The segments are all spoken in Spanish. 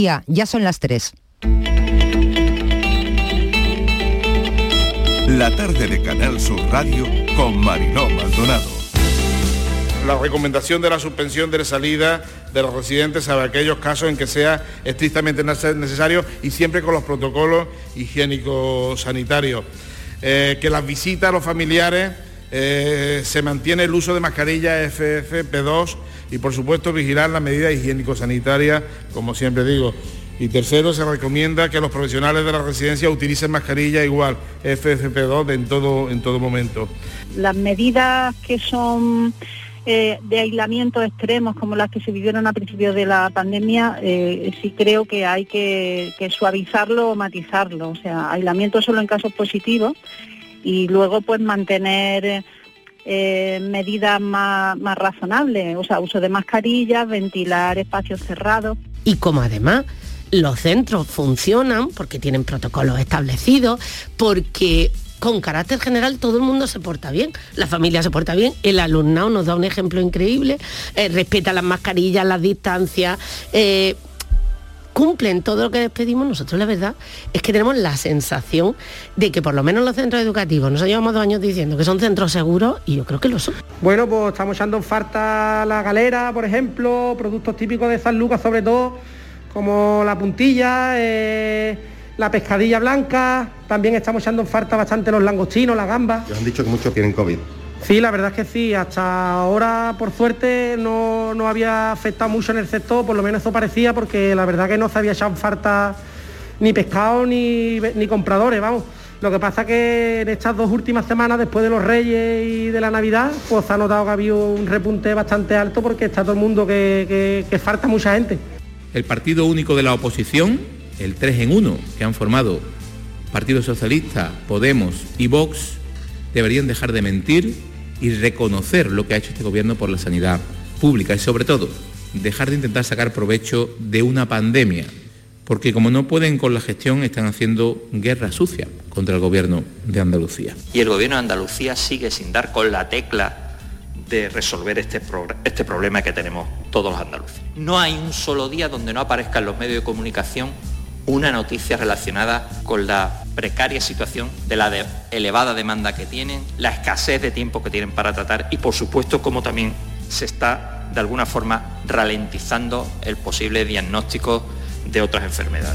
Ya son las 3. La tarde de Canal Sur Radio con Mariló Maldonado. La recomendación de la suspensión de la salida de los residentes a aquellos casos en que sea estrictamente necesario y siempre con los protocolos higiénicos sanitarios. Que las visitas a los familiares se mantiene el uso de mascarilla FFP2 y por supuesto vigilar las medidas higiénico-sanitarias, como siempre digo. Y tercero, se recomienda que los profesionales de la residencia utilicen mascarilla igual FFP2 en todo momento. Las medidas que son de aislamiento extremos, como las que se vivieron a principios de la pandemia, sí creo que hay que suavizarlo o matizarlo. O sea, aislamiento solo en casos positivos y luego pues mantener medidas más razonables, o sea, uso de mascarillas, ventilar espacios cerrados. Y como además los centros funcionan porque tienen protocolos establecidos, porque con carácter general todo el mundo se porta bien, la familia se porta bien, el alumnado nos da un ejemplo increíble, respeta las mascarillas, las distancias, cumplen todo lo que les pedimos. Nosotros la verdad es que tenemos la sensación de que por lo menos los centros educativos, nosotros llevamos 2 años diciendo que son centros seguros y yo creo que lo son. Bueno, pues estamos echando en falta la galera, por ejemplo, productos típicos de San Lucas sobre todo, como la puntilla, la pescadilla blanca, también estamos echando en falta bastante los langostinos, las gambas. Ya han dicho que muchos tienen COVID. Sí, la verdad es que sí, hasta ahora por suerte no había afectado mucho en el sector, por lo menos eso parecía, porque la verdad que no se había echado en falta ni pescado ni compradores, vamos. Lo que pasa que en estas 2 últimas semanas, después de los Reyes y de la Navidad, pues se ha notado que ha habido un repunte bastante alto porque está todo el mundo que falta mucha gente. El partido único de la oposición, el 3 en 1, que han formado Partido Socialista, Podemos y Vox, deberían dejar de mentir y reconocer lo que ha hecho este gobierno por la sanidad pública y sobre todo dejar de intentar sacar provecho de una pandemia, porque como no pueden con la gestión están haciendo guerra sucia contra el gobierno de Andalucía. Y el gobierno de Andalucía sigue sin dar con la tecla de resolver este problema que tenemos todos los andaluces. No hay un solo día donde no aparezca en los medios de comunicación una noticia relacionada con la precaria situación de la elevada demanda que tienen, la escasez de tiempo que tienen para tratar y, por supuesto, cómo también se está, de alguna forma, ralentizando el posible diagnóstico de otras enfermedades.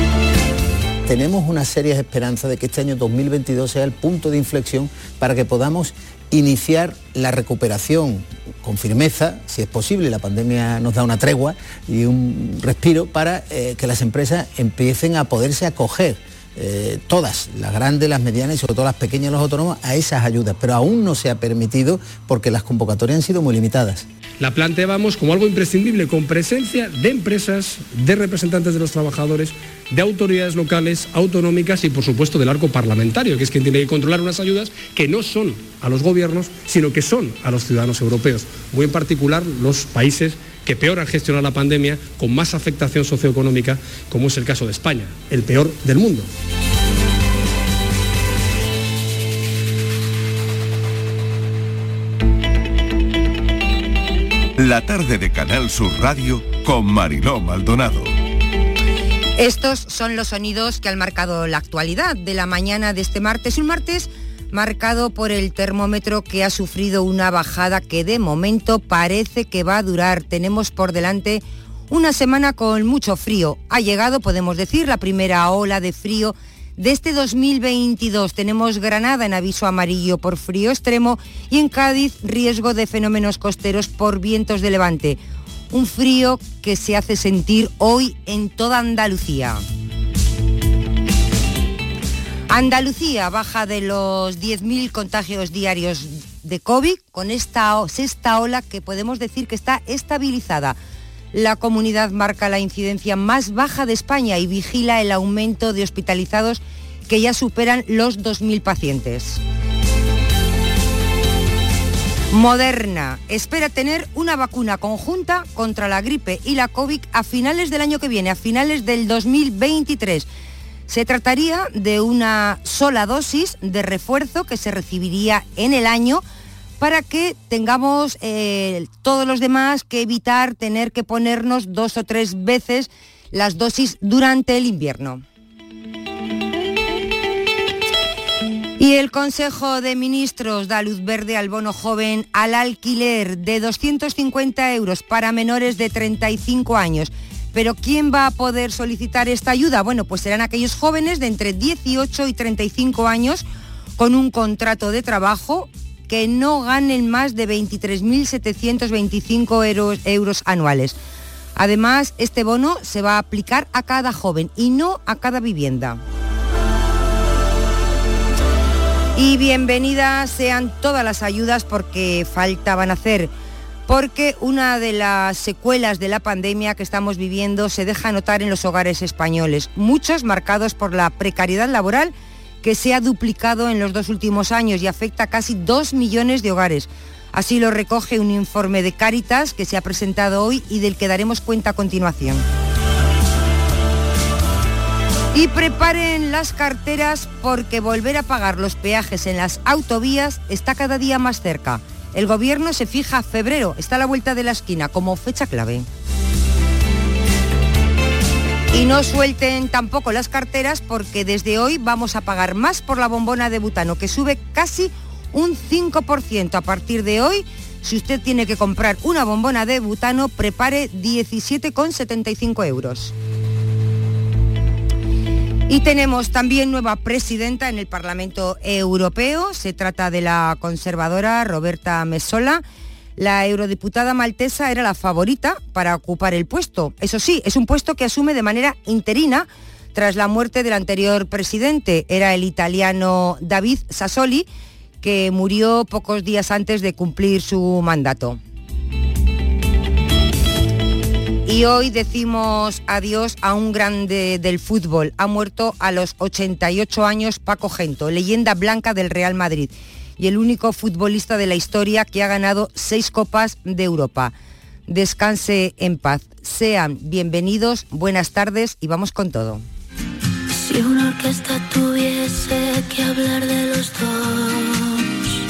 Tenemos una seria esperanza de que este año 2022 sea el punto de inflexión para que podamos iniciar la recuperación con firmeza, si es posible. La pandemia nos da una tregua y un respiro para que las empresas empiecen a poderse acoger, todas, las grandes, las medianas y sobre todo las pequeñas, los autónomos, a esas ayudas, pero aún no se ha permitido porque las convocatorias han sido muy limitadas. La planteábamos como algo imprescindible, con presencia de empresas, de representantes de los trabajadores, de autoridades locales, autonómicas y por supuesto del arco parlamentario, que es quien tiene que controlar unas ayudas que no son a los gobiernos, sino que son a los ciudadanos europeos, muy en particular los países que peor han gestionado la pandemia, con más afectación socioeconómica, como es el caso de España, el peor del mundo. La tarde de Canal Sur Radio con Mariló Maldonado. Estos son los sonidos que han marcado la actualidad de la mañana de este martes. Un martes marcado por el termómetro que ha sufrido una bajada que de momento parece que va a durar. Tenemos por delante una semana con mucho frío. Ha llegado, podemos decir, la primera ola de frío de este 2022. Tenemos Granada en aviso amarillo por frío extremo y en Cádiz riesgo de fenómenos costeros por vientos de levante. Un frío que se hace sentir hoy en toda Andalucía. Andalucía baja de los 10.000 contagios diarios de COVID con esta sexta ola que podemos decir que está estabilizada. La comunidad marca la incidencia más baja de España y vigila el aumento de hospitalizados que ya superan los 2.000 pacientes. Moderna espera tener una vacuna conjunta contra la gripe y la COVID a finales del año que viene, a finales del 2023. Se trataría de una sola dosis de refuerzo que se recibiría en el año para que tengamos todos los demás que evitar tener que ponernos 2 o 3 veces las dosis durante el invierno. Y el Consejo de Ministros da luz verde al bono joven al alquiler de 250 euros para menores de 35 años. ¿Pero quién va a poder solicitar esta ayuda? Bueno, pues serán aquellos jóvenes de entre 18 y 35 años con un contrato de trabajo que no ganen más de 23.725 euros anuales. Además, este bono se va a aplicar a cada joven y no a cada vivienda. Y bienvenidas sean todas las ayudas porque falta van a hacer, porque una de las secuelas de la pandemia que estamos viviendo se deja notar en los hogares españoles, muchos marcados por la precariedad laboral que se ha duplicado en los 2 últimos años y afecta a casi 2 millones de hogares. Así lo recoge un informe de Cáritas que se ha presentado hoy y del que daremos cuenta a continuación. Y preparen las carteras porque volver a pagar los peajes en las autovías está cada día más cerca. El Gobierno se fija febrero, está a la vuelta de la esquina como fecha clave. Y no suelten tampoco las carteras porque desde hoy vamos a pagar más por la bombona de butano, que sube casi un 5%. A partir de hoy, si usted tiene que comprar una bombona de butano, prepare 17,75 euros. Y tenemos también nueva presidenta en el Parlamento Europeo. Se trata de la conservadora Roberta Metsola. La eurodiputada maltesa era la favorita para ocupar el puesto. Eso sí, es un puesto que asume de manera interina tras la muerte del anterior presidente. Era el italiano David Sassoli, que murió pocos días antes de cumplir su mandato. Y hoy decimos adiós a un grande del fútbol. Ha muerto a los 88 años Paco Gento, leyenda blanca del Real Madrid y el único futbolista de la historia que ha ganado 6 Copas de Europa. Descanse en paz. Sean bienvenidos, buenas tardes y vamos con todo. Si una orquesta tuviese que hablar de los dos,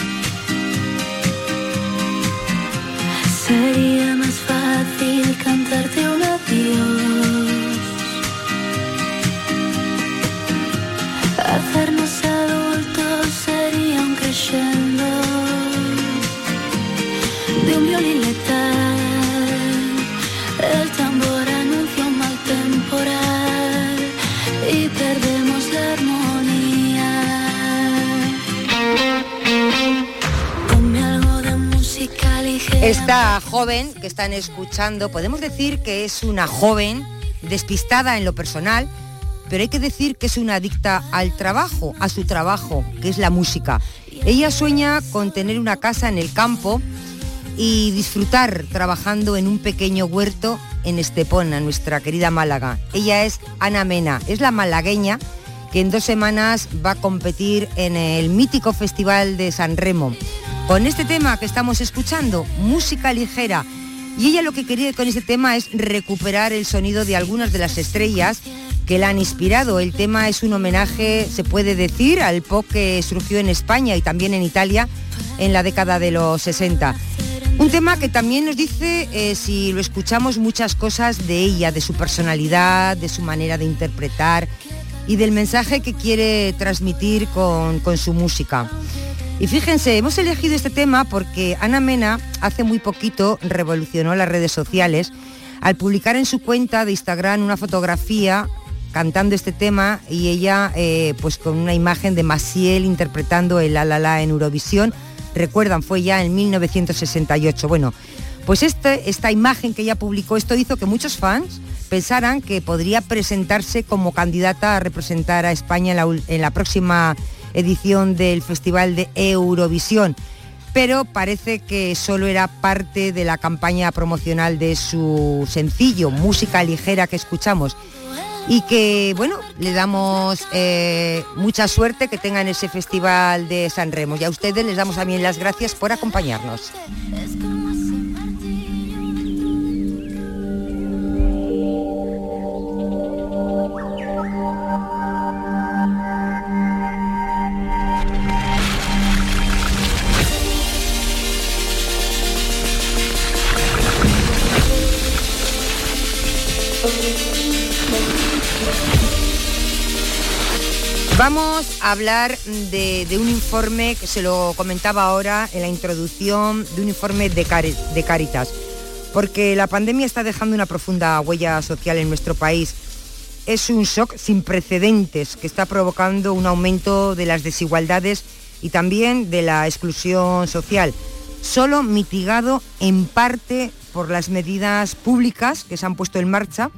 sería más fácil cantarte un adiós, hacernos adultos sería un crescendo de un violín letal, el tambor anuncia un mal temporal y perdemos la armonía. Ponme algo de música ligera. Esta joven que están escuchando, podemos decir que es una joven despistada en lo personal, pero hay que decir que es una adicta al trabajo, a su trabajo, que es la música. Ella sueña con tener una casa en el campo y disfrutar trabajando en un pequeño huerto en Estepona, nuestra querida Málaga. Ella es Ana Mena, es la malagueña que en 2 semanas va a competir en el mítico Festival de San Remo con este tema que estamos escuchando, música ligera. Y ella lo que quería con este tema es recuperar el sonido de algunas de las estrellas que la han inspirado. El tema es un homenaje, se puede decir, al pop que surgió en España y también en Italia en la década de los 60. Un tema que también nos dice, si lo escuchamos, muchas cosas de ella, de su personalidad, de su manera de interpretar y del mensaje que quiere transmitir con su música. Y fíjense, hemos elegido este tema porque Ana Mena hace muy poquito revolucionó las redes sociales al publicar en su cuenta de Instagram una fotografía cantando este tema y ella pues con una imagen de Maciel interpretando el La La La en Eurovisión. Recuerdan, fue ya en 1968. Bueno, pues esta imagen que ella publicó, esto hizo que muchos fans pensaran que podría presentarse como candidata a representar a España en la próxima edición del Festival de Eurovisión, pero parece que solo era parte de la campaña promocional de su sencillo, música ligera que escuchamos, y que, bueno, le damos mucha suerte que tengan ese Festival de San Remo, y a ustedes les damos también las gracias por acompañarnos. Vamos a hablar de un informe que se lo comentaba ahora en la introducción, de un informe de Cáritas, porque la pandemia está dejando una profunda huella social en nuestro país. Es un shock sin precedentes que está provocando un aumento de las desigualdades y también de la exclusión social, solo mitigado en parte por las medidas públicas que se han puesto en marcha.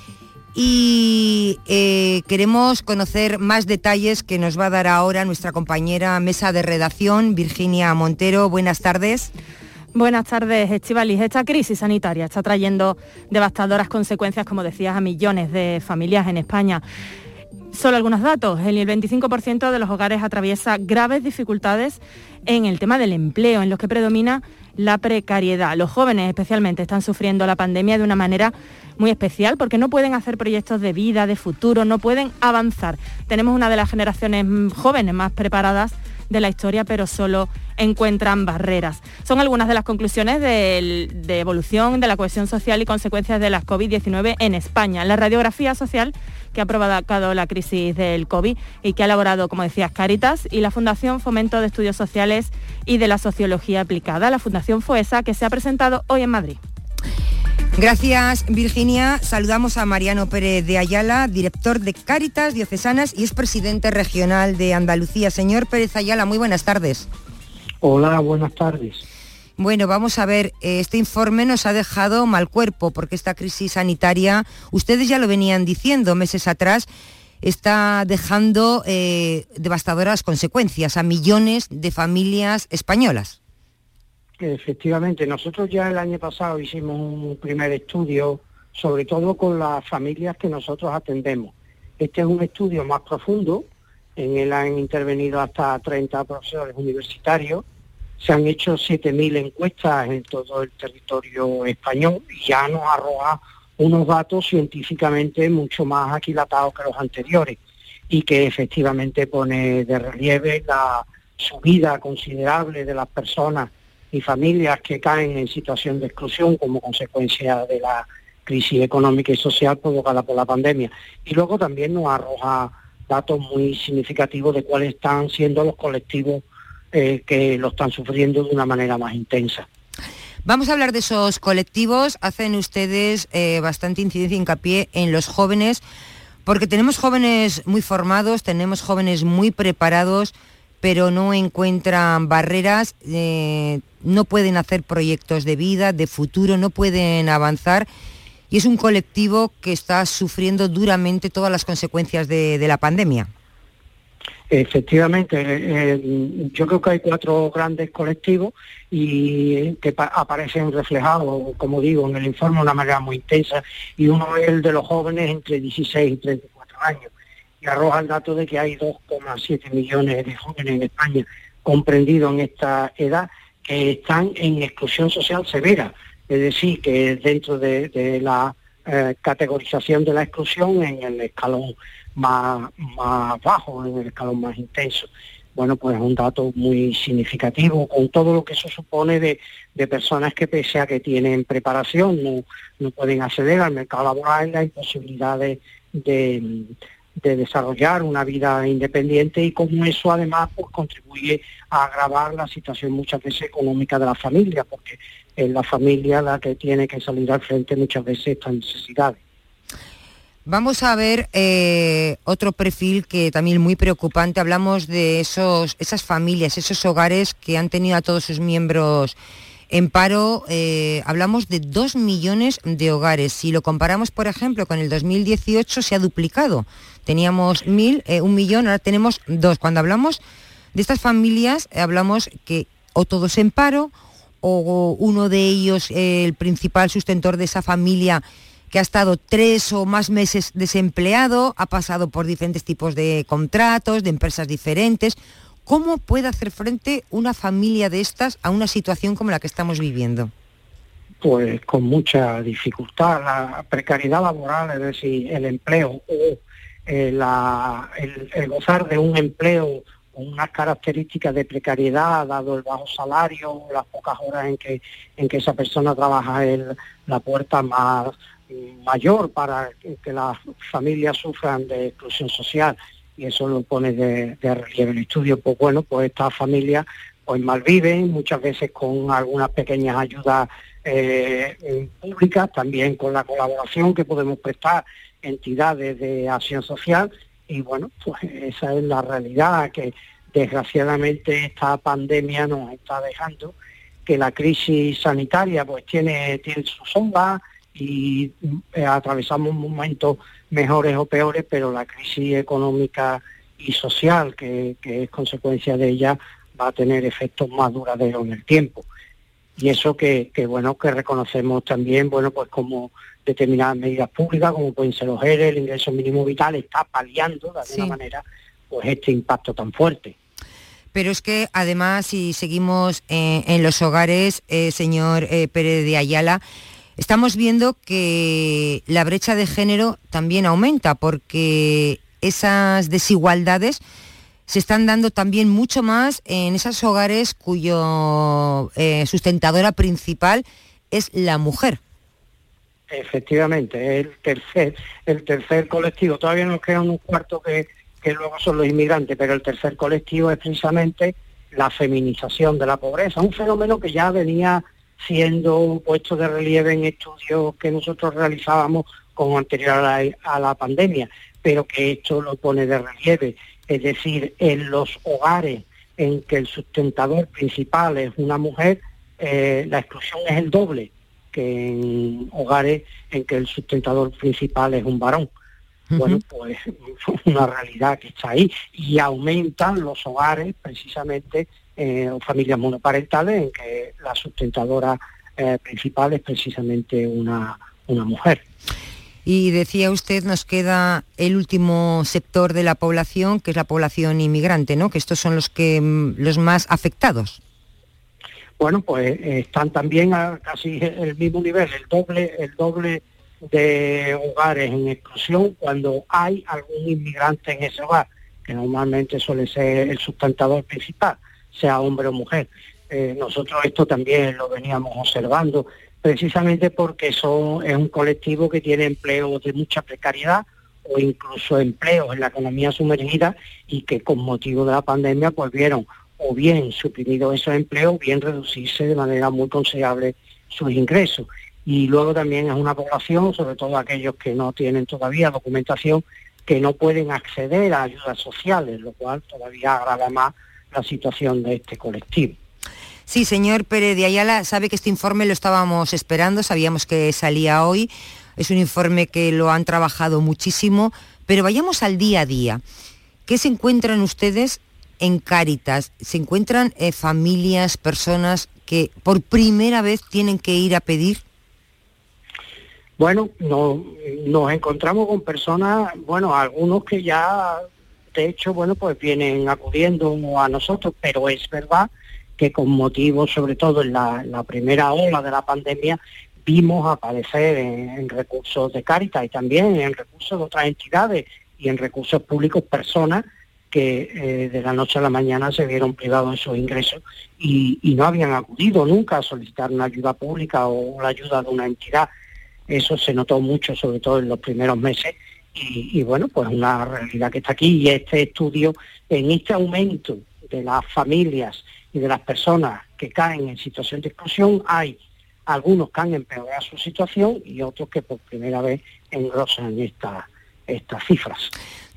Y queremos conocer más detalles que nos va a dar ahora nuestra compañera mesa de redacción, Virginia Montero. Buenas tardes. Buenas tardes, Estíbaliz. Esta crisis sanitaria está trayendo devastadoras consecuencias, como decías, a millones de familias en España. Solo algunos datos. El 25% de los hogares atraviesa graves dificultades en el tema del empleo, en los que predomina la precariedad. Los jóvenes especialmente están sufriendo la pandemia de una manera muy especial porque no pueden hacer proyectos de vida, de futuro, no pueden avanzar. Tenemos una de las generaciones jóvenes más preparadas de la historia, pero solo encuentran barreras. Son algunas de las conclusiones de evolución de la cohesión social y consecuencias de la COVID-19 en España. La radiografía social que ha provocado la crisis del COVID y que ha elaborado, como decías, Cáritas y la Fundación Fomento de Estudios Sociales y de la Sociología Aplicada, la Fundación FOESA, que se ha presentado hoy en Madrid. Gracias, Virginia. Saludamos a Mariano Pérez de Ayala, director de Cáritas Diocesanas y expresidente regional de Andalucía. Señor Pérez Ayala, muy buenas tardes. Hola, buenas tardes. Bueno, vamos a ver, este informe nos ha dejado mal cuerpo porque esta crisis sanitaria, ustedes ya lo venían diciendo meses atrás, está dejando devastadoras consecuencias a millones de familias españolas. Efectivamente, nosotros ya el año pasado hicimos un primer estudio, sobre todo con las familias que nosotros atendemos. Este es un estudio más profundo, en él han intervenido hasta 30 profesores universitarios, se han hecho 7.000 encuestas en todo el territorio español y ya nos arroja unos datos científicamente mucho más aquilatados que los anteriores y que efectivamente pone de relieve la subida considerable de las personas y familias que caen en situación de exclusión como consecuencia de la crisis económica y social provocada por la pandemia. Y luego también nos arroja datos muy significativos de cuáles están siendo los colectivos que lo están sufriendo de una manera más intensa. Vamos a hablar de esos colectivos. Hacen ustedes bastante incidencia y hincapié en los jóvenes, porque tenemos jóvenes muy formados, tenemos jóvenes muy preparados, pero no encuentran barreras, no pueden hacer proyectos de vida, de futuro, no pueden avanzar. Y es un colectivo que está sufriendo duramente todas las consecuencias de la pandemia. Efectivamente, yo creo que hay 4 grandes colectivos y que aparecen reflejados, como digo, en el informe de una manera muy intensa, y uno es el de los jóvenes entre 16 y 34 años, y arroja el dato de que hay 2,7 millones de jóvenes en España comprendidos en esta edad que están en exclusión social severa, es decir, que dentro de la categorización de la exclusión en el escalón más bajo, en el escalón más intenso. Bueno, pues es un dato muy significativo, con todo lo que eso supone de personas que pese a que tienen preparación, no pueden acceder al mercado laboral, la imposibilidad de desarrollar una vida independiente, y como eso además pues contribuye a agravar la situación muchas veces económica de la familia, porque es la familia la que tiene que salir al frente muchas veces estas necesidades. Vamos a ver otro perfil que también muy preocupante. Hablamos de esas familias, esos hogares que han tenido a todos sus miembros en paro. Hablamos de 2 millones de hogares. Si lo comparamos, por ejemplo, con el 2018, se ha duplicado. Teníamos 1 millón, ahora tenemos 2. Cuando hablamos de estas familias, hablamos que o todos en paro, o uno de ellos, el principal sustentor de esa familia, que ha estado 3 o más meses desempleado, ha pasado por diferentes tipos de contratos, de empresas diferentes. ¿Cómo puede hacer frente una familia de estas a una situación como la que estamos viviendo? Pues con mucha dificultad. La precariedad laboral, es decir, el empleo o el gozar de un empleo con unas características de precariedad, dado el bajo salario, las pocas horas en que esa persona trabaja, la puerta más mayor para que las familias sufran de exclusión social, y eso lo pone de relieve el estudio. Pues bueno, pues estas familias pues malviven, muchas veces con algunas pequeñas ayudas públicas, también con la colaboración que podemos prestar entidades de acción social, y bueno, pues esa es la realidad que desgraciadamente esta pandemia nos está dejando, que la crisis sanitaria pues tiene sus sombras y atravesamos momentos mejores o peores, pero la crisis económica y social que es consecuencia de ella va a tener efectos más duraderos en el tiempo. Y eso que bueno, que reconocemos también, bueno, pues como determinadas medidas públicas, como pueden ser los ERE, el ingreso mínimo vital, está paliando de alguna manera pues este impacto tan fuerte. Pero es que además, si seguimos en los hogares, señor Pérez de Ayala, estamos viendo que la brecha de género también aumenta, porque esas desigualdades se están dando también mucho más en esos hogares cuyo sustentadora principal es la mujer. Efectivamente, el tercer colectivo. Todavía nos queda un cuarto que luego son los inmigrantes, pero el tercer colectivo es precisamente la feminización de la pobreza, un fenómeno que ya venía siendo puesto de relieve en estudios que nosotros realizábamos con anterior a la pandemia, pero que esto lo pone de relieve. Es decir, en los hogares en que el sustentador principal es una mujer, la exclusión es el doble que en hogares en que el sustentador principal es un varón. Bueno, pues una realidad que está ahí, y aumentan los hogares precisamente, familias monoparentales en que la sustentadora principal es precisamente una mujer. Y decía usted, nos queda el último sector de la población, que es la población inmigrante, ¿no? Que estos son los más afectados. Bueno, pues están también a casi el mismo nivel, el doble de hogares en exclusión cuando hay algún inmigrante en ese hogar, que normalmente suele ser el sustentador principal, sea hombre o mujer. Nosotros esto también lo veníamos observando, precisamente porque eso es un colectivo que tiene empleos de mucha precariedad o incluso empleos en la economía sumergida, y que con motivo de la pandemia pues vieron o bien suprimido esos empleos, o bien reducirse de manera muy considerable sus ingresos. Y luego también es una población, sobre todo aquellos que no tienen todavía documentación, que no pueden acceder a ayudas sociales, lo cual todavía agrava más la situación de este colectivo. Sí, señor Pérez de Ayala, sabe que este informe lo estábamos esperando, sabíamos que salía hoy, es un informe que lo han trabajado muchísimo, pero vayamos al día a día. ¿Qué se encuentran ustedes en Cáritas? ¿Se encuentran familias, personas que por primera vez tienen que ir a pedir? Bueno, nos encontramos con personas, bueno, algunos que ya, de hecho, bueno, pues vienen acudiendo a nosotros, pero es verdad que con motivo, sobre todo en la primera ola de la pandemia, vimos aparecer en recursos de Cáritas y también en recursos de otras entidades y en recursos públicos personas que de la noche a la mañana se vieron privados de sus ingresos y no habían acudido nunca a solicitar una ayuda pública o la ayuda de una entidad. Eso se notó mucho, sobre todo en los primeros meses, y bueno, pues una realidad que está aquí. Y este estudio, en este aumento de las familias y de las personas que caen en situación de exclusión, hay algunos que han empeorado su situación y otros que por primera vez engrosan estas cifras.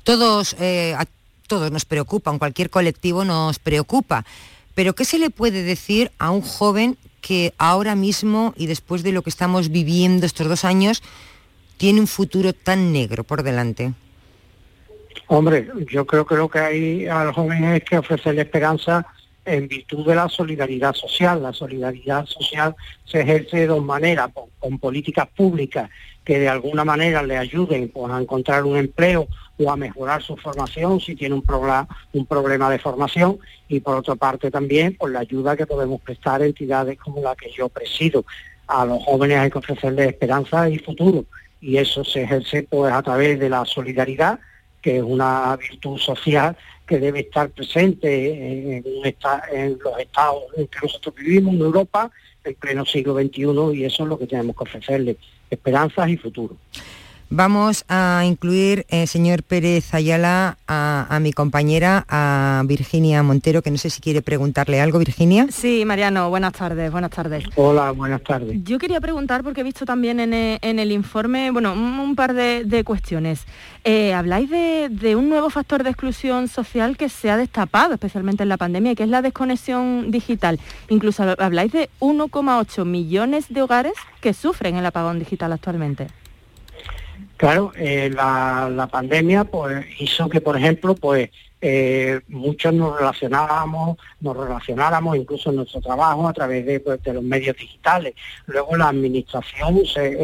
A todos nos preocupan, cualquier colectivo nos preocupa, pero ¿qué se le puede decir a un joven que ahora mismo y después de lo que estamos viviendo estos 2 años tiene un futuro tan negro por delante? Hombre, yo creo que lo que hay a los jóvenes es que ofrecerle esperanza en virtud de la solidaridad social. La solidaridad social se ejerce de 2 maneras, con políticas públicas que de alguna manera le ayuden pues, a encontrar un empleo o a mejorar su formación si tiene un problema de formación, y por otra parte también por la ayuda que podemos prestar a entidades como la que yo presido. A los jóvenes hay que ofrecerles esperanza y futuro, y eso se ejerce pues a través de la solidaridad, que es una virtud social que debe estar presente en los estados en que nosotros vivimos, en Europa, en pleno siglo XXI, y eso es lo que tenemos que ofrecerle. esperanzas y futuro. Vamos a incluir, señor Pérez Ayala, a mi compañera, a Virginia Montero, que no sé si quiere preguntarle algo. Virginia. Sí, Mariano, buenas tardes. Hola, buenas tardes. Yo quería preguntar, porque he visto también en el informe, bueno, un par de cuestiones. Habláis de un nuevo factor de exclusión social que se ha destapado, especialmente en la pandemia, que es la desconexión digital. Incluso habláis de 1,8 millones de hogares que sufren el apagón digital actualmente. Claro, la pandemia pues hizo que, por ejemplo, pues muchos nos relacionáramos incluso en nuestro trabajo a través de los medios digitales. Luego la administración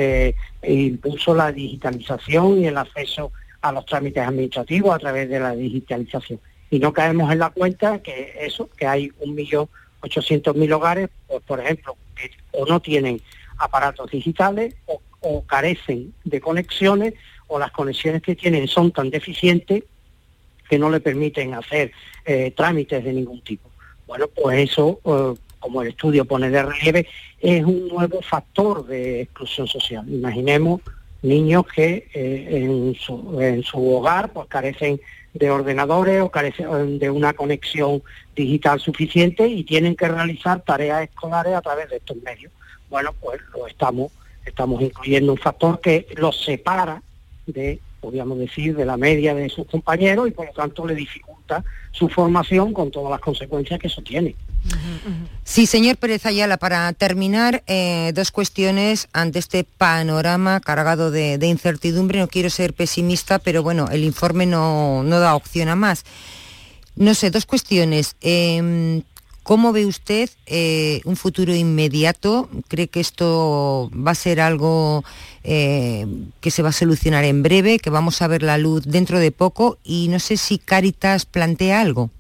impuso la digitalización y el acceso a los trámites administrativos a través de la digitalización. Y no caemos en la cuenta que hay 1.800.000 hogares, pues, por ejemplo, que o no tienen aparatos digitales o carecen de conexiones, o las conexiones que tienen son tan deficientes que no le permiten hacer trámites de ningún tipo. Bueno, pues eso, como el estudio pone de relieve, es un nuevo factor de exclusión social. Imaginemos niños que en su hogar pues carecen de ordenadores o carecen de una conexión digital suficiente y tienen que realizar tareas escolares a través de estos medios. Bueno, pues estamos incluyendo un factor que los separa podríamos decir, de la media de sus compañeros y por lo tanto le dificulta su formación con todas las consecuencias que eso tiene. Sí, señor Pérez Ayala, para terminar, dos cuestiones ante este panorama cargado de incertidumbre. No quiero ser pesimista, pero bueno, el informe no da opción a más. No sé, dos cuestiones. ¿Cómo ve usted un futuro inmediato? ¿Cree que esto va a ser algo que se va a solucionar en breve, que vamos a ver la luz dentro de poco? Y no sé si Cáritas plantea algo.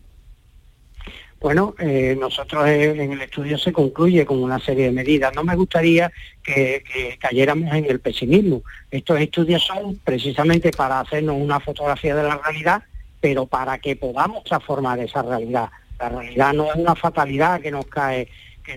Bueno, nosotros en el estudio se concluye con una serie de medidas. No me gustaría que cayéramos en el pesimismo. Estos estudios son precisamente para hacernos una fotografía de la realidad, pero para que podamos transformar esa realidad. La realidad no es una fatalidad que nos cae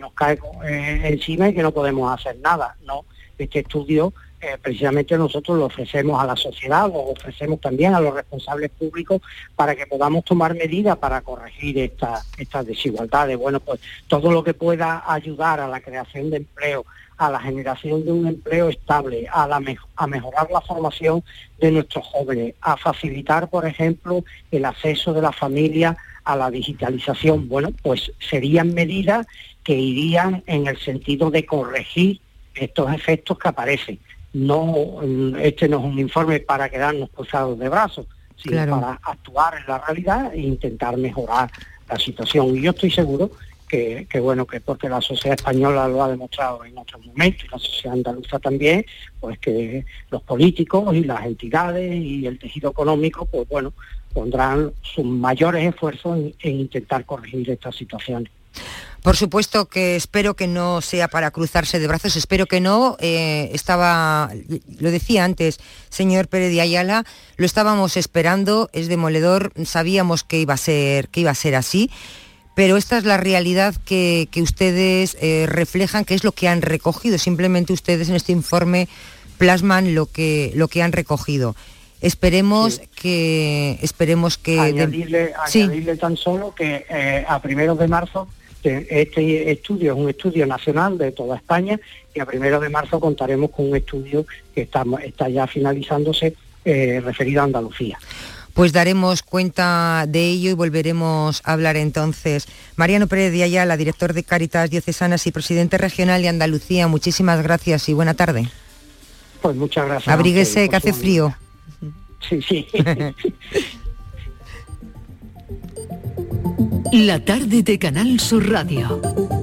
encima y que no podemos hacer nada, ¿no? Este estudio precisamente nosotros lo ofrecemos a la sociedad, lo ofrecemos también a los responsables públicos para que podamos tomar medidas para corregir estas desigualdades. Bueno, pues todo lo que pueda ayudar a la creación de empleo, a la generación de un empleo estable, a mejorar la formación de nuestros jóvenes, a facilitar, por ejemplo, el acceso de la familia a la digitalización, bueno, pues serían medidas que irían en el sentido de corregir estos efectos que aparecen. No, este no es un informe para quedarnos cruzados de brazos, sino para actuar en la realidad e intentar mejorar la situación. Y yo estoy seguro que porque la sociedad española lo ha demostrado en otros momentos, y la sociedad andaluza también, pues que los políticos y las entidades y el tejido económico, pues bueno, pondrán sus mayores esfuerzos en intentar corregir estas situaciones. Por supuesto que espero que no sea para cruzarse de brazos, espero que no. Lo decía antes, señor Pérez de Ayala, lo estábamos esperando, es demoledor, sabíamos que iba a ser así, pero esta es la realidad que ustedes reflejan, que es lo que han recogido. Simplemente ustedes en este informe plasman lo que han recogido. Esperemos que añadirle tan solo que a 1 de marzo este estudio es un estudio nacional de toda España, y a 1 de marzo contaremos con un estudio que está ya finalizándose referido a Andalucía. Pues daremos cuenta de ello y volveremos a hablar entonces. Mariano Pérez de Ayala, director de Cáritas Diocesanas y presidente regional de Andalucía, muchísimas gracias y buena tarde. Pues muchas gracias. Abríguese, que hace frío. Sí. La tarde de Canal Sur Radio.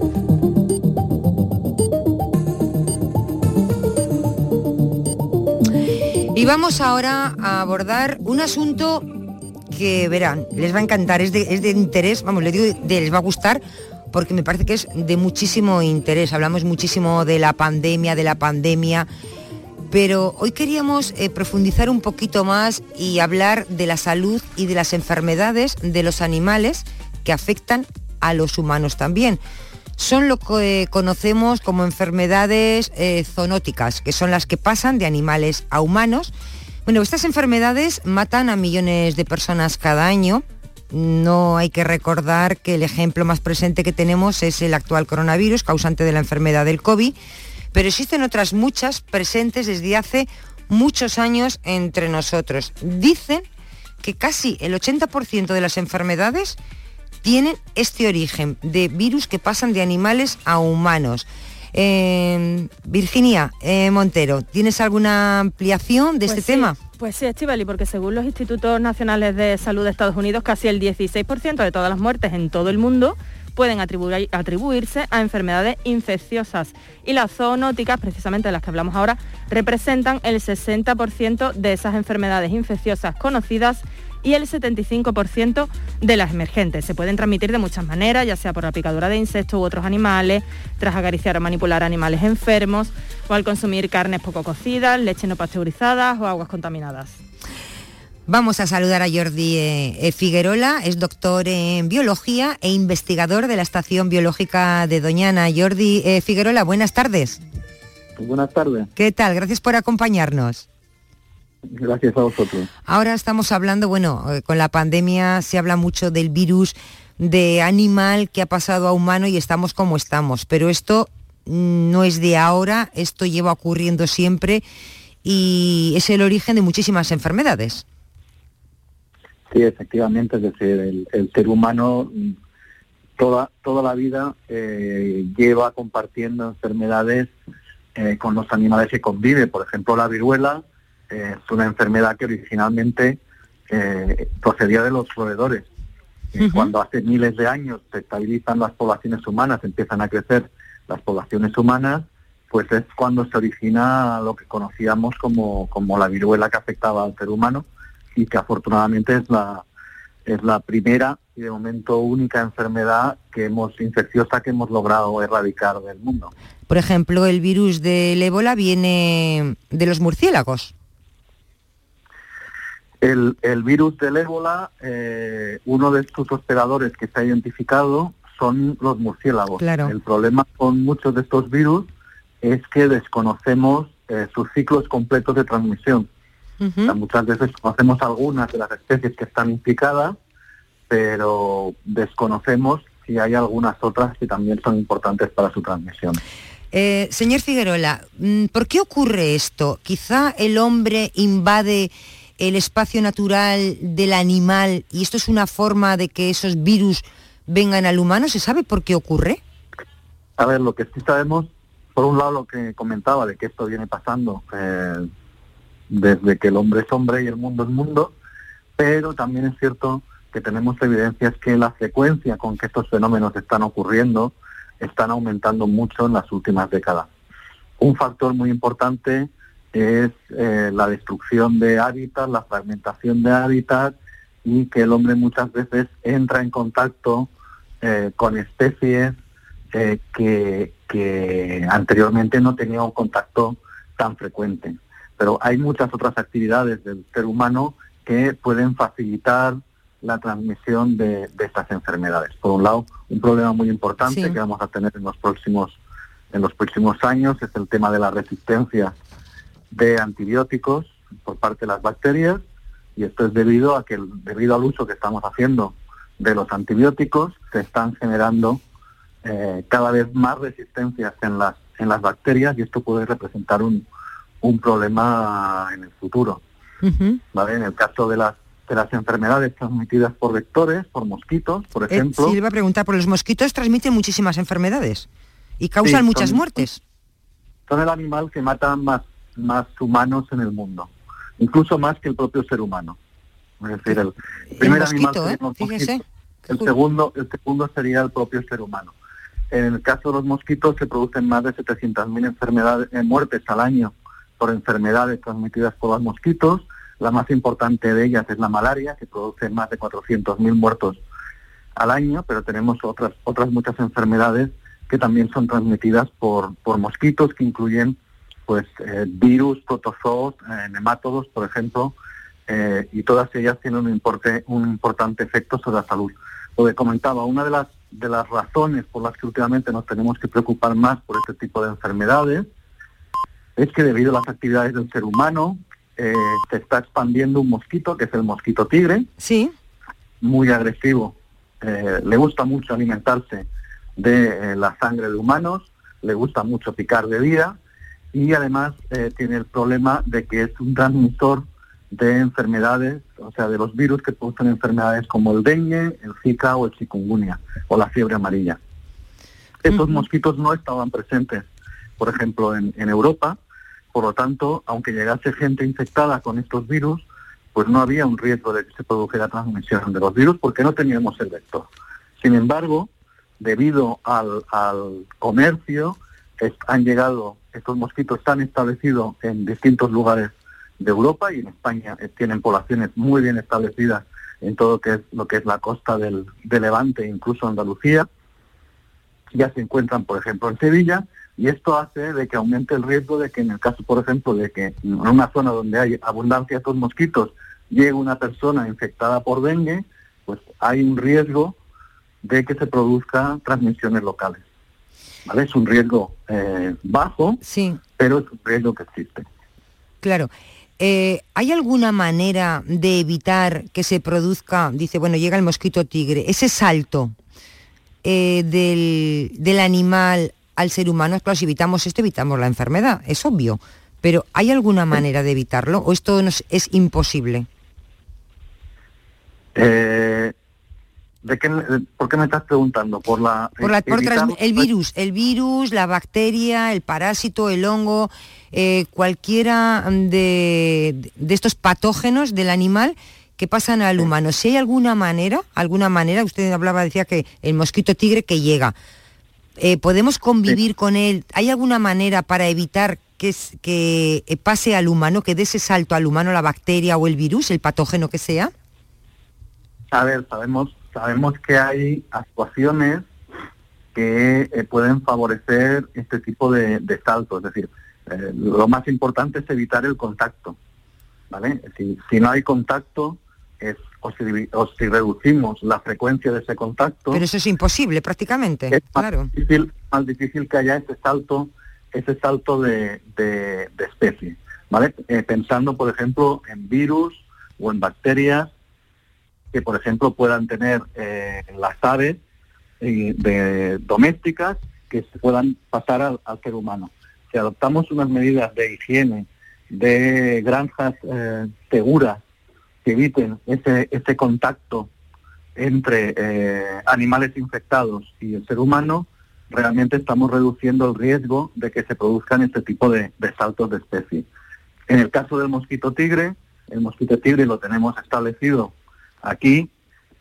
Y vamos ahora a abordar un asunto que verán, les va a encantar, es de interés, vamos, les digo, les va a gustar, porque me parece que es de muchísimo interés. Hablamos muchísimo de la pandemia, pero hoy queríamos profundizar un poquito más y hablar de la salud y de las enfermedades de los animales que afectan a los humanos también. son lo que conocemos como enfermedades zoonóticas, que son las que pasan de animales a humanos. Bueno, estas enfermedades matan a millones de personas cada año. No hay que recordar que el ejemplo más presente que tenemos es el actual coronavirus, causante de la enfermedad del COVID, pero existen otras muchas presentes desde hace muchos años entre nosotros. Dicen que casi el 80% de las enfermedades tienen este origen de virus que pasan de animales a humanos. Virginia Montero, ¿tienes alguna ampliación de este tema? Pues sí, Estíbaliz, porque según los Institutos Nacionales de Salud de Estados Unidos, casi el 16% de todas las muertes en todo el mundo pueden atribuirse a enfermedades infecciosas. Y las zoonóticas, precisamente de las que hablamos ahora, representan el 60% de esas enfermedades infecciosas conocidas y el 75% de las emergentes. Se pueden transmitir de muchas maneras, ya sea por la picadura de insectos u otros animales, tras acariciar o manipular animales enfermos, o al consumir carnes poco cocidas, leche no pasteurizadas o aguas contaminadas. Vamos a saludar a Jordi Figuerola, es doctor en biología e investigador de la Estación Biológica de Doñana. Jordi Figuerola, buenas tardes. Buenas tardes. ¿Qué tal? Gracias por acompañarnos. Gracias a vosotros. Ahora estamos hablando, con la pandemia se habla mucho del virus de animal que ha pasado a humano y estamos como estamos, pero esto no es de ahora, esto lleva ocurriendo siempre y es el origen de muchísimas enfermedades. Sí, efectivamente, es decir, el ser humano toda la vida lleva compartiendo enfermedades con los animales que convive. Por ejemplo, la viruela es una enfermedad que originalmente procedía de los roedores. Cuando hace miles de años se estabilizan las poblaciones humanas, empiezan a crecer las poblaciones humanas, pues es cuando se origina lo que conocíamos como la viruela que afectaba al ser humano y que afortunadamente es la primera y de momento única enfermedad infecciosa que hemos logrado erradicar del mundo. Por ejemplo, el virus del ébola viene de los murciélagos. El virus del ébola, uno de sus hospedadores que se ha identificado son los murciélagos. Claro. El problema con muchos de estos virus es que desconocemos sus ciclos completos de transmisión. O sea, muchas veces conocemos algunas de las especies que están implicadas, pero desconocemos si hay algunas otras que también son importantes para su transmisión. Señor Figuerola, ¿por qué ocurre esto? ¿Quizá el hombre invade el espacio natural del animal y esto es una forma de que esos virus vengan al humano? ¿Se sabe por qué ocurre? A ver, lo que sí sabemos, por un lado lo que comentaba de que esto viene pasando desde que el hombre es hombre y el mundo es mundo, pero también es cierto que tenemos evidencias que la frecuencia con que estos fenómenos están ocurriendo están aumentando mucho en las últimas décadas. Un factor muy importante es la destrucción de hábitats, la fragmentación de hábitats y que el hombre muchas veces entra en contacto con especies que anteriormente no tenían un contacto tan frecuente. Pero hay muchas otras actividades del ser humano que pueden facilitar la transmisión de estas enfermedades. Por un lado, un problema muy importante que vamos a tener en los próximos años es el tema de la resistencia de antibióticos por parte de las bacterias, y esto es debido al uso que estamos haciendo de los antibióticos, se están generando cada vez más resistencias en las bacterias, y esto puede representar un problema en el futuro. ¿Vale? En el caso de las enfermedades transmitidas por vectores, por mosquitos, por ejemplo. Sí, le iba a preguntar, por los mosquitos transmiten muchísimas enfermedades y causan muchas muertes. Son el animal que mata más humanos en el mundo, incluso más que el propio ser humano. Es decir, el primer animal serían los mosquitos, el segundo sería el propio ser humano. En el caso de los mosquitos se producen más de 700.000 muertes al año por enfermedades transmitidas por los mosquitos. La más importante de ellas es la malaria, que produce más de 400.000 muertos al año, pero tenemos otras muchas enfermedades que también son transmitidas por mosquitos, que incluyen virus, protozoos, nemátodos, por ejemplo, y todas ellas tienen un importante efecto sobre la salud. Lo que comentaba, una de de las razones por las que últimamente nos tenemos que preocupar más por este tipo de enfermedades es que debido a las actividades del ser humano se está expandiendo un mosquito, que es el mosquito tigre. Sí. Muy agresivo. Le gusta mucho alimentarse de la sangre de humanos, le gusta mucho picar de vida y además tiene el problema de que es un transmisor de enfermedades, o sea, de los virus que producen enfermedades como el dengue, el Zika o el chikungunya o la fiebre amarilla. Estos mosquitos no estaban presentes, por ejemplo, en Europa. Por lo tanto, aunque llegase gente infectada con estos virus, pues no había un riesgo de que se produjera transmisión de los virus porque no teníamos el vector. Sin embargo, debido al comercio, han llegado, estos mosquitos se han establecido en distintos lugares de Europa y en España tienen poblaciones muy bien establecidas en todo lo que es la costa del Levante, incluso Andalucía. Ya se encuentran, por ejemplo, en Sevilla. Y esto hace de que aumente el riesgo de que en el caso, por ejemplo, de que en una zona donde hay abundancia de estos mosquitos llegue una persona infectada por dengue, pues hay un riesgo de que se produzca transmisiones locales. ¿Vale? Es un riesgo bajo, sí, pero es un riesgo que existe. Claro. ¿Hay alguna manera de evitar que se produzca, dice, bueno, llega el mosquito tigre, ese salto del animal al ser humano? Claro, si evitamos esto, evitamos la enfermedad, es obvio. Pero ¿hay alguna manera de evitarlo o esto es imposible? ¿Por qué me estás preguntando? El virus, la bacteria, el parásito, el hongo, cualquiera de estos patógenos del animal que pasan al humano. Si hay alguna manera, usted decía que el mosquito tigre que llega, ¿podemos convivir con él? ¿Hay alguna manera para evitar que pase al humano, que dé ese salto al humano la bacteria o el virus, el patógeno que sea? A ver, sabemos que hay actuaciones que pueden favorecer este tipo de saltos. Es decir, lo más importante es evitar el contacto, ¿vale? Si no hay contacto, o si reducimos la frecuencia de ese contacto... Pero eso es imposible, prácticamente, es claro. Más difícil que haya ese salto de especie, ¿vale? Pensando, por ejemplo, en virus o en bacterias que, por ejemplo, puedan tener las aves domésticas que se puedan pasar al ser humano. Si adoptamos unas medidas de higiene, de granjas seguras, que eviten ese contacto entre animales infectados y el ser humano, realmente estamos reduciendo el riesgo de que se produzcan este tipo de saltos de especie. En el caso del mosquito tigre, el mosquito tigre lo tenemos establecido aquí,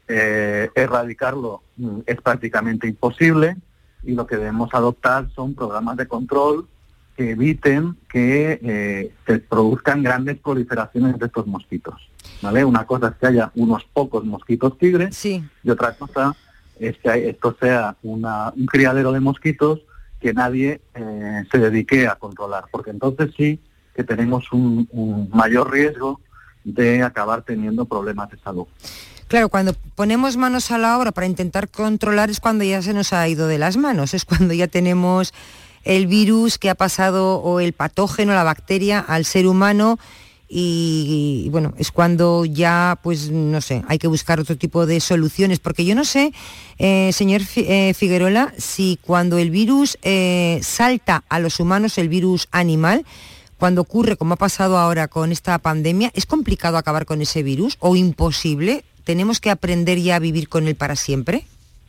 erradicarlo es prácticamente imposible y lo que debemos adoptar son programas de control que eviten que se produzcan grandes proliferaciones de estos mosquitos, ¿vale? Una cosa es que haya unos pocos mosquitos tigres, sí, y otra cosa es que esto sea un criadero de mosquitos que nadie se dedique a controlar, porque entonces sí que tenemos un mayor riesgo de acabar teniendo problemas de salud. Claro, cuando ponemos manos a la obra para intentar controlar es cuando ya se nos ha ido de las manos, es cuando ya tenemos el virus que ha pasado o el patógeno, la bacteria al ser humano y bueno, es cuando ya, pues no sé, hay que buscar otro tipo de soluciones, porque yo no sé, señor Figuerola, si cuando el virus salta a los humanos, el virus animal, cuando ocurre, como ha pasado ahora con esta pandemia, ¿es complicado acabar con ese virus o imposible? ¿Tenemos que aprender ya a vivir con él para siempre?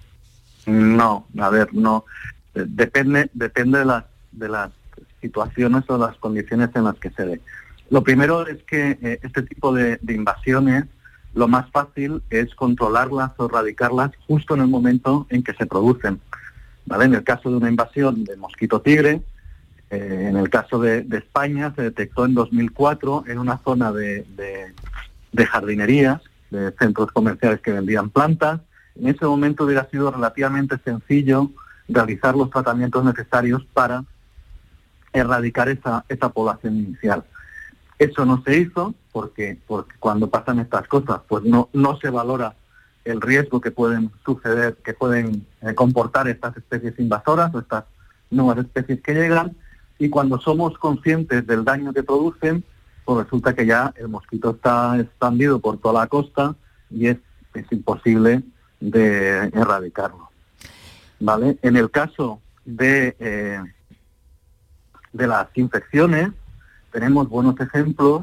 No, a ver, no. Depende de las situaciones o las condiciones en las que se dé. Lo primero es que este tipo de invasiones, lo más fácil es controlarlas o erradicarlas justo en el momento en que se producen, ¿vale? En el caso de una invasión de mosquito tigre, en el caso de España, se detectó en 2004 en una zona de jardinerías, de centros comerciales que vendían plantas. En ese momento hubiera sido relativamente sencillo realizar los tratamientos necesarios para erradicar esa población inicial. Eso no se hizo porque cuando pasan estas cosas pues no se valora el riesgo que pueden suceder, que pueden comportar estas especies invasoras o estas nuevas especies que llegan, y cuando somos conscientes del daño que producen, pues resulta que ya el mosquito está expandido por toda la costa y es imposible de erradicarlo. ¿Vale? En el caso de las infecciones, tenemos buenos ejemplos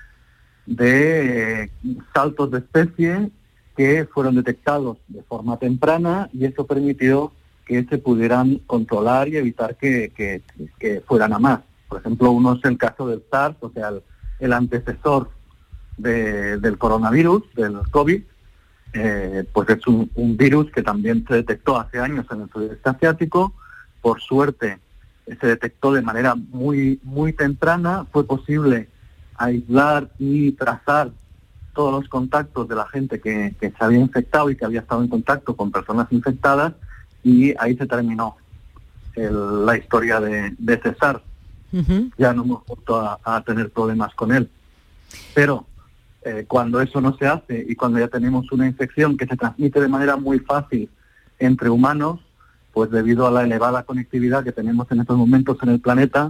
de saltos de especie que fueron detectados de forma temprana, y eso permitió que se pudieran controlar y evitar que fueran a más. Por ejemplo, uno es el caso del SARS, o sea, el antecesor del coronavirus, del COVID, pues es un virus que también se detectó hace años en el sudeste asiático. Por suerte se detectó de manera muy, muy temprana, fue posible aislar y trazar todos los contactos de la gente que se había infectado y que había estado en contacto con personas infectadas, y ahí se terminó la historia de César. Uh-huh. Ya no hemos vuelto a tener problemas con él. Pero cuando eso no se hace y cuando ya tenemos una infección que se transmite de manera muy fácil entre humanos, pues debido a la elevada conectividad que tenemos en estos momentos en el planeta,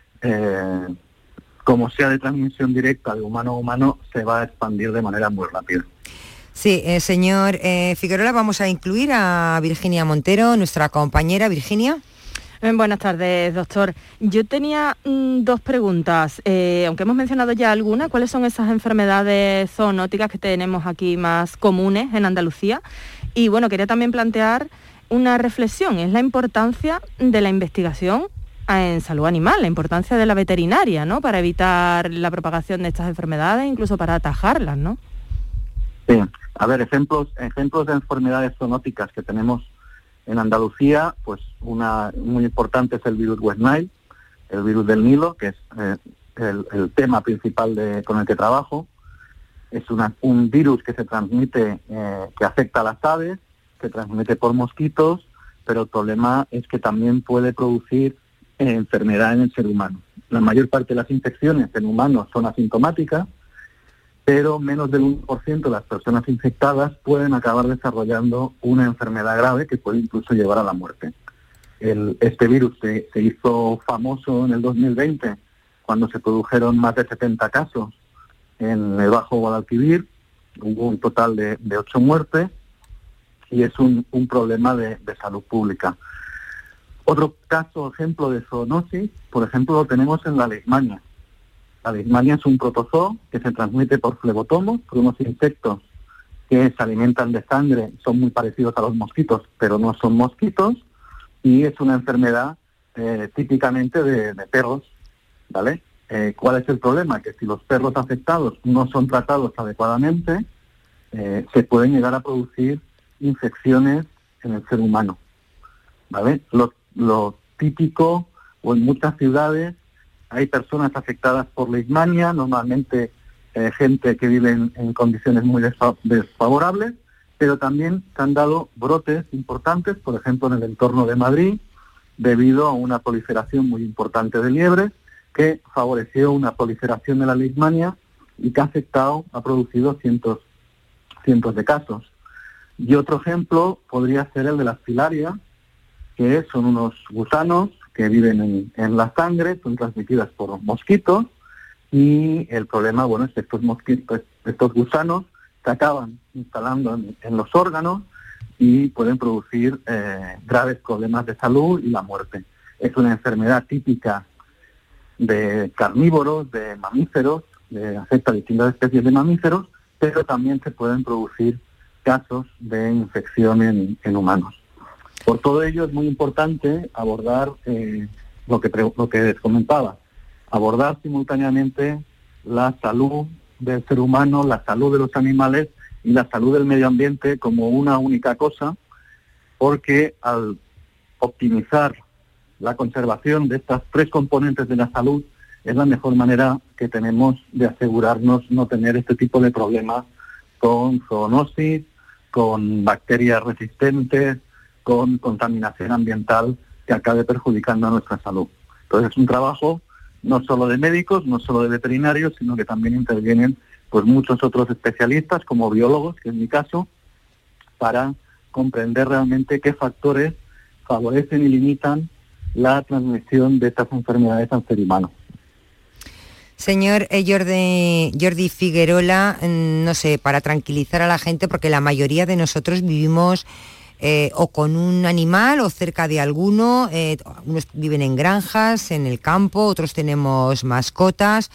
como sea de transmisión directa de humano a humano, se va a expandir de manera muy rápida. Sí, señor Figuerola, vamos a incluir a Virginia Montero, nuestra compañera. Virginia. Buenas tardes, doctor. Yo tenía dos preguntas. Aunque hemos mencionado ya algunas, ¿cuáles son esas enfermedades zoonóticas que tenemos aquí más comunes en Andalucía? Y bueno, quería también plantear una reflexión, es la importancia de la investigación en salud animal, la importancia de la veterinaria, ¿no?, para evitar la propagación de estas enfermedades, incluso para atajarlas, ¿no? Sí, a ver, ejemplos de enfermedades zoonóticas que tenemos en Andalucía, pues una muy importante es el virus West Nile, el virus del Nilo, que es el tema principal con el que trabajo. Es un virus que se transmite, que afecta a las aves, se transmite por mosquitos, pero el problema es que también puede producir enfermedad en el ser humano. La mayor parte de las infecciones en humanos son asintomáticas, pero menos del 1% de las personas infectadas pueden acabar desarrollando una enfermedad grave que puede incluso llevar a la muerte. Este virus se hizo famoso en el 2020, cuando se produjeron más de 70 casos en el Bajo Guadalquivir. Hubo un total de 8 muertes, y es un problema de salud pública. Otro caso, ejemplo de zoonosis, por ejemplo, lo tenemos en la leishmania. La leishmania es un protozoo que se transmite por flebotomos, por unos insectos que se alimentan de sangre, son muy parecidos a los mosquitos, pero no son mosquitos, y es una enfermedad típicamente de perros, ¿vale? ¿Cuál es el problema? Que si los perros afectados no son tratados adecuadamente, se pueden llegar a producir infecciones en el ser humano, ¿vale? Lo típico, o en muchas ciudades hay personas afectadas por leishmania, normalmente gente que vive en condiciones muy desfavorables, pero también se han dado brotes importantes, por ejemplo en el entorno de Madrid, debido a una proliferación muy importante de liebres, que favoreció una proliferación de la leishmania y que ha producido cientos de casos. Y otro ejemplo podría ser el de las filarias, que son unos gusanos que viven en la sangre, son transmitidas por mosquitos, y el problema, bueno, es que estos gusanos se acaban instalando en los órganos y pueden producir graves problemas de salud y la muerte. Es una enfermedad típica de carnívoros, de mamíferos, afecta a distintas especies de mamíferos, pero también se pueden producir casos de infección en humanos. Por todo ello es muy importante abordar lo que les comentaba, abordar simultáneamente la salud del ser humano, la salud de los animales y la salud del medio ambiente como una única cosa, porque al optimizar la conservación de estas tres componentes de la salud es la mejor manera que tenemos de asegurarnos no tener este tipo de problemas con zoonosis, con bacterias resistentes, con contaminación ambiental que acabe perjudicando a nuestra salud. Entonces es un trabajo no solo de médicos, no solo de veterinarios, sino que también intervienen pues muchos otros especialistas como biólogos, que es mi caso, para comprender realmente qué factores favorecen y limitan la transmisión de estas enfermedades al ser humano. Señor Jordi Figuerola, no sé, para tranquilizar a la gente, porque la mayoría de nosotros vivimos o con un animal o cerca de alguno, unos viven en granjas, en el campo, otros tenemos mascotas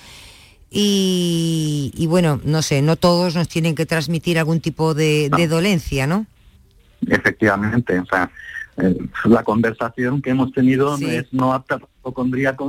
y bueno, no sé, no todos nos tienen que transmitir algún tipo de dolencia, ¿no? Efectivamente, o sea, la conversación que hemos tenido es no apta para hipocondríacos,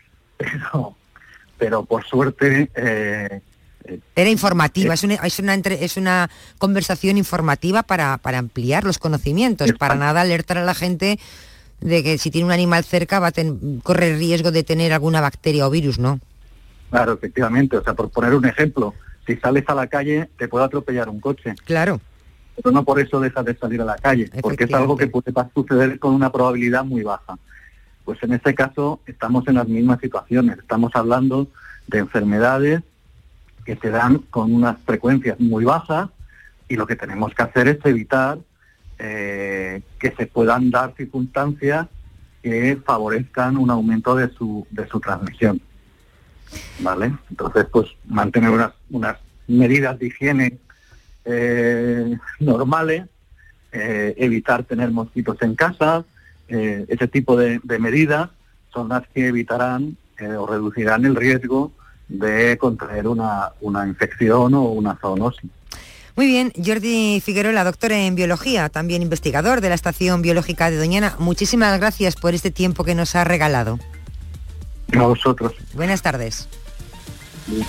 pero por suerte... Era informativa, es una conversación informativa para ampliar los conocimientos, para nada alertar a la gente de que si tiene un animal cerca corre el riesgo de tener alguna bacteria o virus, ¿no? Claro, efectivamente, o sea, por poner un ejemplo, si sales a la calle te puede atropellar un coche. Claro. Pero no por eso dejas de salir a la calle, porque es algo que puede suceder con una probabilidad muy baja. Pues en este caso estamos en las mismas situaciones, estamos hablando de enfermedades que se dan con unas frecuencias muy bajas y lo que tenemos que hacer es evitar que se puedan dar circunstancias que favorezcan un aumento de su transmisión. ¿Vale? Entonces, pues mantener unas medidas de higiene normales, evitar tener mosquitos en casa, ese tipo de medidas son las que evitarán o reducirán el riesgo de contraer una infección o una zoonosis. Muy bien, Jordi Figuerola, doctor en biología, también investigador de la Estación Biológica de Doñana. Muchísimas gracias por este tiempo que nos ha regalado. A vosotros. Buenas tardes. Sí.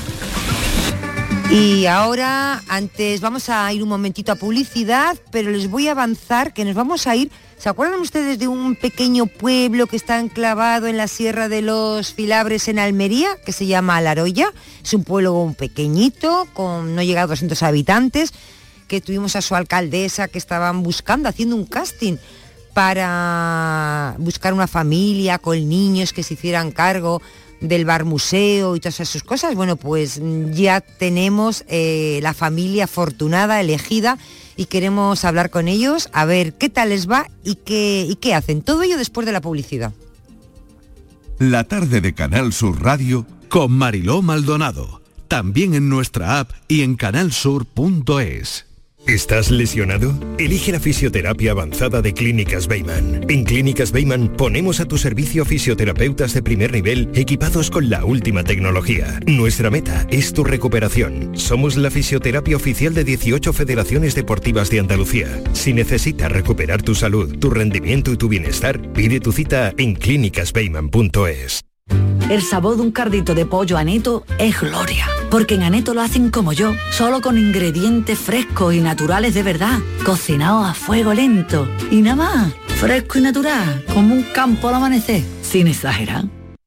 Y ahora, antes vamos a ir un momentito a publicidad, pero les voy a avanzar que nos vamos a ir. ¿Se acuerdan ustedes de un pequeño pueblo que está enclavado en la Sierra de los Filabres en Almería, que se llama La Aroya? Es un pueblo pequeñito, con no llega a 200 habitantes, que tuvimos a su alcaldesa que estaban haciendo un casting para buscar una familia con niños que se hicieran cargo del bar museo y todas esas cosas. Bueno, pues ya tenemos la familia afortunada elegida y queremos hablar con ellos a ver qué tal les va y qué hacen. Todo ello después de la publicidad. La tarde de Canal Sur Radio con Mariló Maldonado. También en nuestra app y en canalsur.es. ¿Estás lesionado? Elige la fisioterapia avanzada de Clínicas Beiman. En Clínicas Beiman ponemos a tu servicio fisioterapeutas de primer nivel equipados con la última tecnología. Nuestra meta es tu recuperación. Somos la fisioterapia oficial de 18 federaciones deportivas de Andalucía. Si necesitas recuperar tu salud, tu rendimiento y tu bienestar, pide tu cita en clínicasbeiman.es. El sabor de un cardito de pollo Aneto es gloria, porque en Aneto lo hacen como yo, solo con ingredientes frescos y naturales de verdad, cocinados a fuego lento y nada más, fresco y natural, como un campo al amanecer, sin exagerar.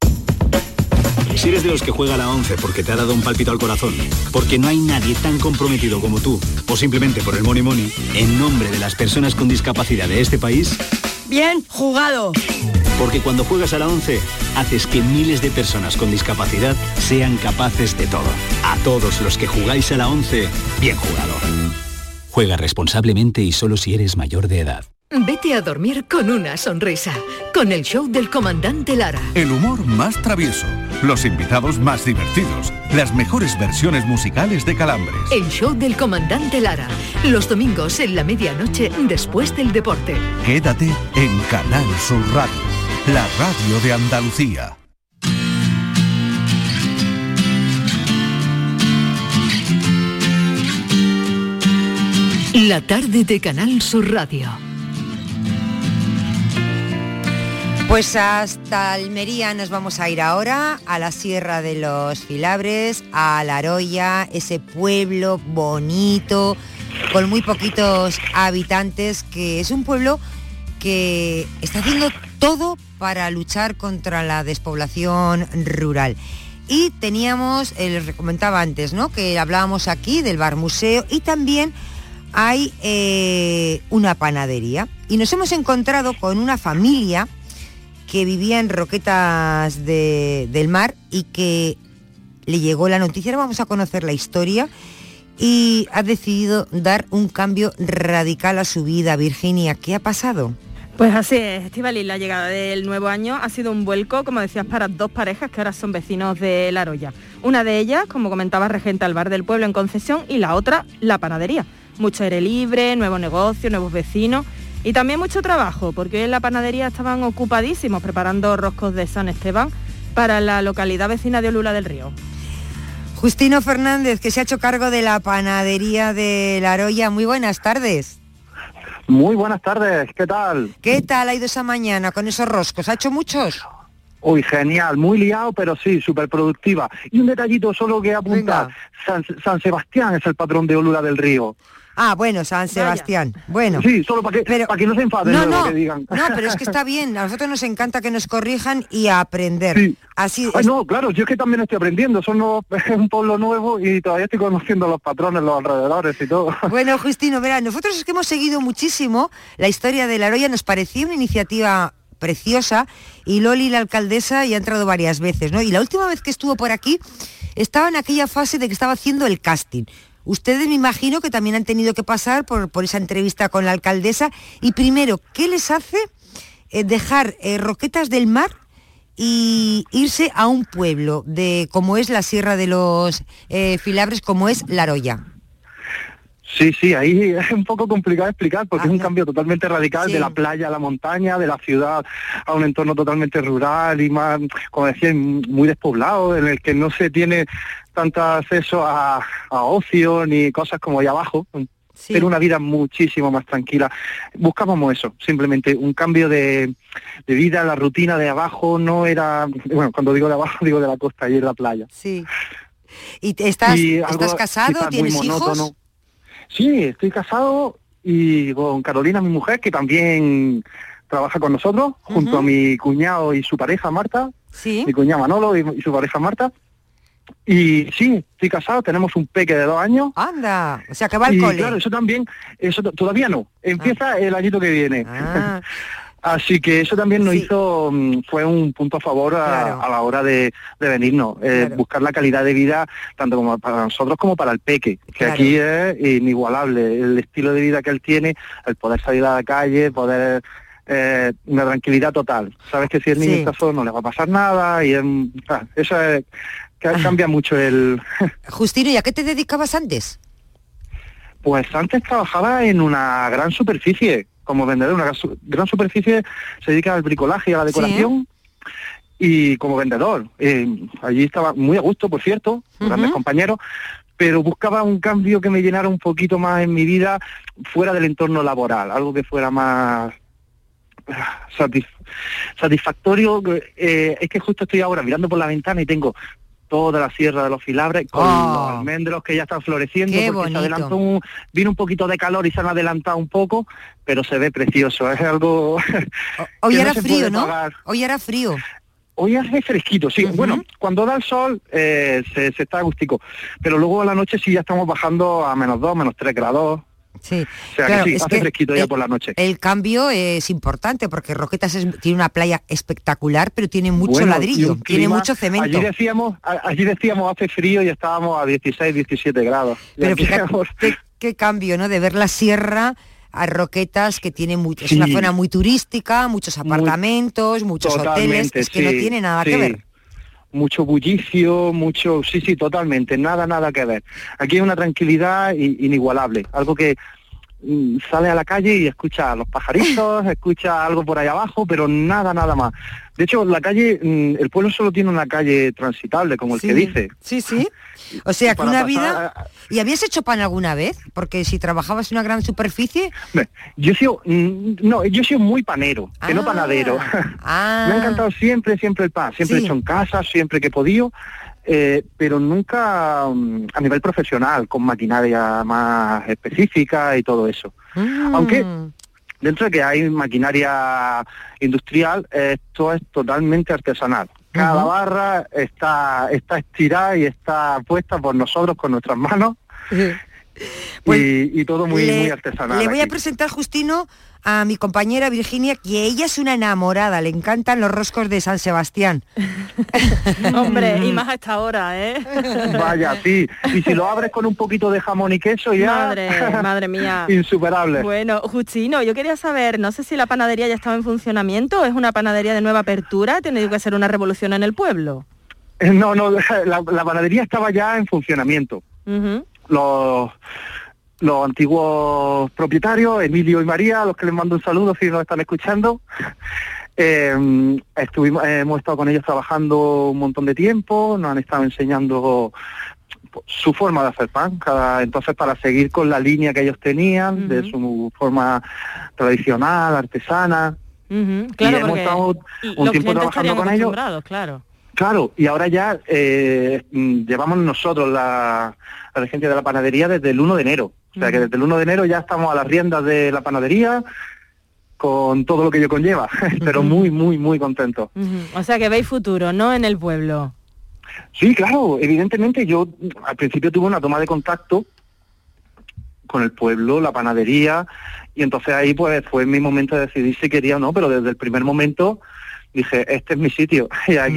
Si eres de los que juega a la 11 porque te ha dado un pálpito al corazón, porque no hay nadie tan comprometido como tú, o simplemente por el money money, en nombre de las personas con discapacidad de este país... ¡Bien jugado! Porque cuando juegas a la 11, haces que miles de personas con discapacidad sean capaces de todo. A todos los que jugáis a la 11, bien jugado. Juega responsablemente y solo si eres mayor de edad. Vete a dormir con una sonrisa, con el show del comandante Lara. El humor más travieso, los invitados más divertidos, las mejores versiones musicales de Calambres. El show del comandante Lara, los domingos en la medianoche después del deporte. Quédate en Canal Sur Radio, la radio de Andalucía. La tarde de Canal Sur Radio. Pues hasta Almería nos vamos a ir ahora, a la Sierra de los Filabres, a La Aroya, ese pueblo bonito, con muy poquitos habitantes, que es un pueblo que está haciendo todo para luchar contra la despoblación rural. Y teníamos, les comentaba antes, ¿no?, que hablábamos aquí del bar museo y también hay una panadería. Y nos hemos encontrado con una familia que vivía en Roquetas del Mar y que le llegó la noticia. Ahora vamos a conocer la historia y ha decidido dar un cambio radical a su vida. Virginia, ¿qué ha pasado? Pues así es, Estíbaliz, la llegada del nuevo año ha sido un vuelco, como decías, para dos parejas que ahora son vecinos de La Roya. Una de ellas, como comentaba, regenta el bar del pueblo en Concesión, y la otra, la panadería. Mucho aire libre, nuevos negocios, nuevos vecinos y también mucho trabajo, porque hoy en la panadería estaban ocupadísimos preparando roscos de San Esteban para la localidad vecina de Olula del Río. Justino Fernández, que se ha hecho cargo de la panadería de La Roya. Muy buenas tardes. Muy buenas tardes, ¿qué tal? ¿Qué tal ha ido esa mañana con esos roscos? ¿Ha hecho muchos? Uy, genial, muy liado, pero sí, súper productiva. Y un detallito solo que apuntar, San Sebastián es el patrón de Olula del Río. Ah, bueno, San Sebastián. Bueno. Sí, solo para que no se enfaden lo que digan. No, pero es que está bien. A nosotros nos encanta que nos corrijan y aprender. Sí. Así es. No, claro, yo es que también estoy aprendiendo. Es un pueblo nuevo y todavía estoy conociendo los patrones, los alrededores y todo. Bueno, Justino, verá, nosotros es que hemos seguido muchísimo la historia de La Roya. Nos parecía una iniciativa preciosa y Loli, la alcaldesa, ya ha entrado varias veces, ¿no? Y la última vez que estuvo por aquí estaba en aquella fase de que estaba haciendo el casting. Ustedes me imagino que también han tenido que pasar por esa entrevista con la alcaldesa. Y primero, ¿qué les hace dejar Roquetas del Mar y irse a un pueblo como es la Sierra de los Filabres, como es La Roya? Sí, ahí es un poco complicado explicar porque es un cambio totalmente radical de la playa a la montaña, de la ciudad a un entorno totalmente rural y más, como decía, muy despoblado, en el que no se tiene tanto acceso a ocio ni cosas como ahí abajo, pero una vida muchísimo más tranquila. Buscábamos eso, simplemente un cambio de vida, la rutina de abajo no era, bueno, cuando digo de abajo digo de la costa y en la playa. Sí. ¿Y estás casado? ¿Tienes hijos? Sí, estoy casado y con Carolina, mi mujer, que también trabaja con nosotros, junto a mi cuñado y su pareja Marta, mi cuñado Manolo y su pareja Marta. Y sí, estoy casado, tenemos un peque de 2 años. ¡Anda! O sea, que va al cole. Claro, eso todavía no, empieza el añito que viene. Así que eso también nos hizo, fue un punto a favor a la hora de venirnos, buscar la calidad de vida tanto como para nosotros como para el peque, que aquí es inigualable, el estilo de vida que él tiene, el poder salir a la calle, poder una tranquilidad total. Sabes que si el niño está solo no le va a pasar nada y eso es, cambia mucho el... Justino, ¿y a qué te dedicabas antes? Pues antes trabajaba en una gran superficie, como vendedor. Una gran superficie se dedica al bricolaje y a la decoración, y como vendedor. Allí estaba muy a gusto, por cierto, grandes compañeros, pero buscaba un cambio que me llenara un poquito más en mi vida fuera del entorno laboral, algo que fuera más satisfactorio. Es que justo estoy ahora mirando por la ventana y tengo toda la Sierra de los Filabres con los almendros que ya están floreciendo. Qué porque bonito. Se adelantó vino un poquito de calor y se han adelantado un poco, pero se ve precioso, es algo... Hoy era frío, ¿no? Hoy era frío. Hoy hace fresquito, sí. Bueno, cuando da el sol se está agustico, pero luego a la noche sí ya estamos bajando a -2, -3 grados. Sí, o sea, claro, que sí, hace fresquito ya por la noche. El cambio es importante porque Roquetas tiene una playa espectacular, pero tiene mucho ladrillo, tiene mucho cemento. Allí decíamos hace frío y estábamos a 16, 17 grados. Pero fíjate qué cambio, ¿no? De ver la sierra a Roquetas, que tiene es una zona muy turística, muchos apartamentos, muchos hoteles, es que no tiene nada que ver. Mucho bullicio, sí, totalmente, nada que ver. Aquí hay una tranquilidad inigualable, algo que sale a la calle y escucha a los pajaritos, escucha algo por ahí abajo, pero nada más. De hecho, la calle, el pueblo solo tiene una calle transitable, como el que dice. Sí. O sea, que una vida... ¿Y habías hecho pan alguna vez? Porque si trabajabas en una gran superficie... Yo he sido muy panero, que no panadero. Me ha encantado siempre el pan. Siempre he hecho en casa, siempre que he podido, pero nunca a nivel profesional, con maquinaria más específica y todo eso. Aunque... Dentro de que hay maquinaria industrial, esto es totalmente artesanal. Cada barra está estirada y está puesta por nosotros con nuestras manos. Pues y todo muy artesanal. Le voy a aquí. presentar, Justino, a mi compañera Virginia, que ella es una enamorada, le encantan los roscos de San Sebastián. Hombre, y más a esta hora, ¿eh? Vaya, sí. Y si lo abres con un poquito de jamón y queso ya... Madre mía. Insuperable. Bueno, Justino, yo quería saber, no sé si la panadería ya estaba en funcionamiento, ¿es una panadería de nueva apertura? ¿Tiene que ser una revolución en el pueblo? No, la panadería estaba ya en funcionamiento. Uh-huh. Los antiguos propietarios, Emilio y María, a los que les mando un saludo si nos están escuchando, hemos estado con ellos trabajando un montón de tiempo, nos han estado enseñando su forma de hacer pan, entonces para seguir con la línea que ellos tenían, uh-huh, de su forma tradicional, artesana. Uh-huh. Claro, y hemos estado un tiempo trabajando con ellos. Claro, y ahora ya llevamos nosotros la regencia de la panadería desde el 1 de enero. O sea que desde el 1 de enero ya estamos a las riendas de la panadería con todo lo que ello conlleva, pero muy, muy, muy contentos. O sea que veis futuro, ¿no?, en el pueblo. Sí, claro, evidentemente yo al principio tuve una toma de contacto con el pueblo, la panadería, y entonces ahí pues fue mi momento de decidir si quería o no, pero desde el primer momento dije, este es mi sitio,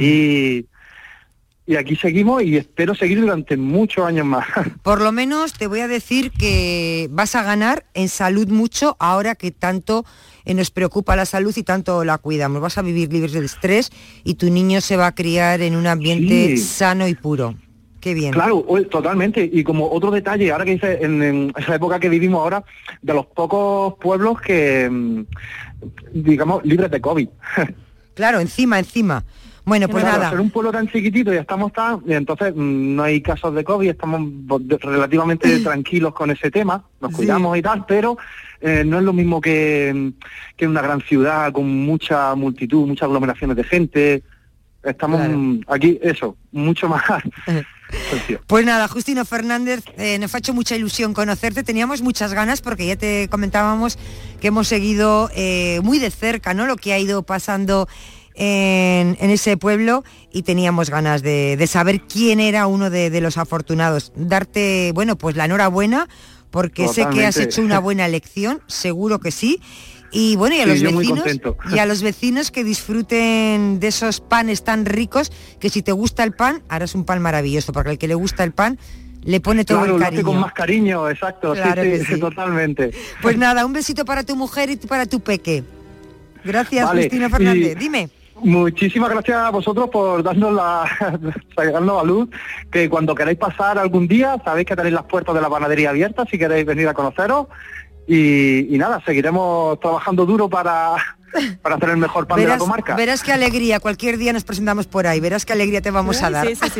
y aquí seguimos y espero seguir durante muchos años más. Por lo menos te voy a decir que vas a ganar en salud mucho ahora que tanto nos preocupa la salud y tanto la cuidamos. Vas a vivir libres de estrés y tu niño se va a criar en un ambiente sano y puro. Qué bien. Claro, totalmente. Y como otro detalle, ahora que dice, en esa época que vivimos ahora, de los pocos pueblos que, digamos, libres de COVID. Claro, encima. Bueno, pues claro, nada. Ser un pueblo tan chiquitito y estamos y entonces no hay casos de COVID, estamos relativamente tranquilos con ese tema, nos cuidamos y tal, pero no es lo mismo que en una gran ciudad con mucha multitud, muchas aglomeraciones de gente. Estamos aquí, mucho más. Pues nada, Justino Fernández, nos ha hecho mucha ilusión conocerte, teníamos muchas ganas porque ya te comentábamos que hemos seguido muy de cerca, ¿no?, lo que ha ido pasando en ese pueblo y teníamos ganas de saber quién era uno de los afortunados. Darte, bueno, pues la enhorabuena porque Totalmente. Sé que has hecho una buena elección, seguro que sí. Y bueno, y a los vecinos que disfruten de esos panes tan ricos, que si te gusta el pan, harás un pan maravilloso, porque al que le gusta el pan le pone todo el cariño. Lo hace con más cariño, exacto, claro sí, totalmente. Pues nada, un besito para tu mujer y para tu peque. Gracias, Justino Fernández. Dime. Muchísimas gracias a vosotros por darnos la luz, que cuando queráis pasar algún día, sabéis que tenéis las puertas de la panadería abiertas, si queréis venir a conoceros, y nada, seguiremos trabajando duro para hacer el mejor pan de la comarca. Verás qué alegría, cualquier día nos presentamos por ahí, verás qué alegría te vamos a dar. Sí.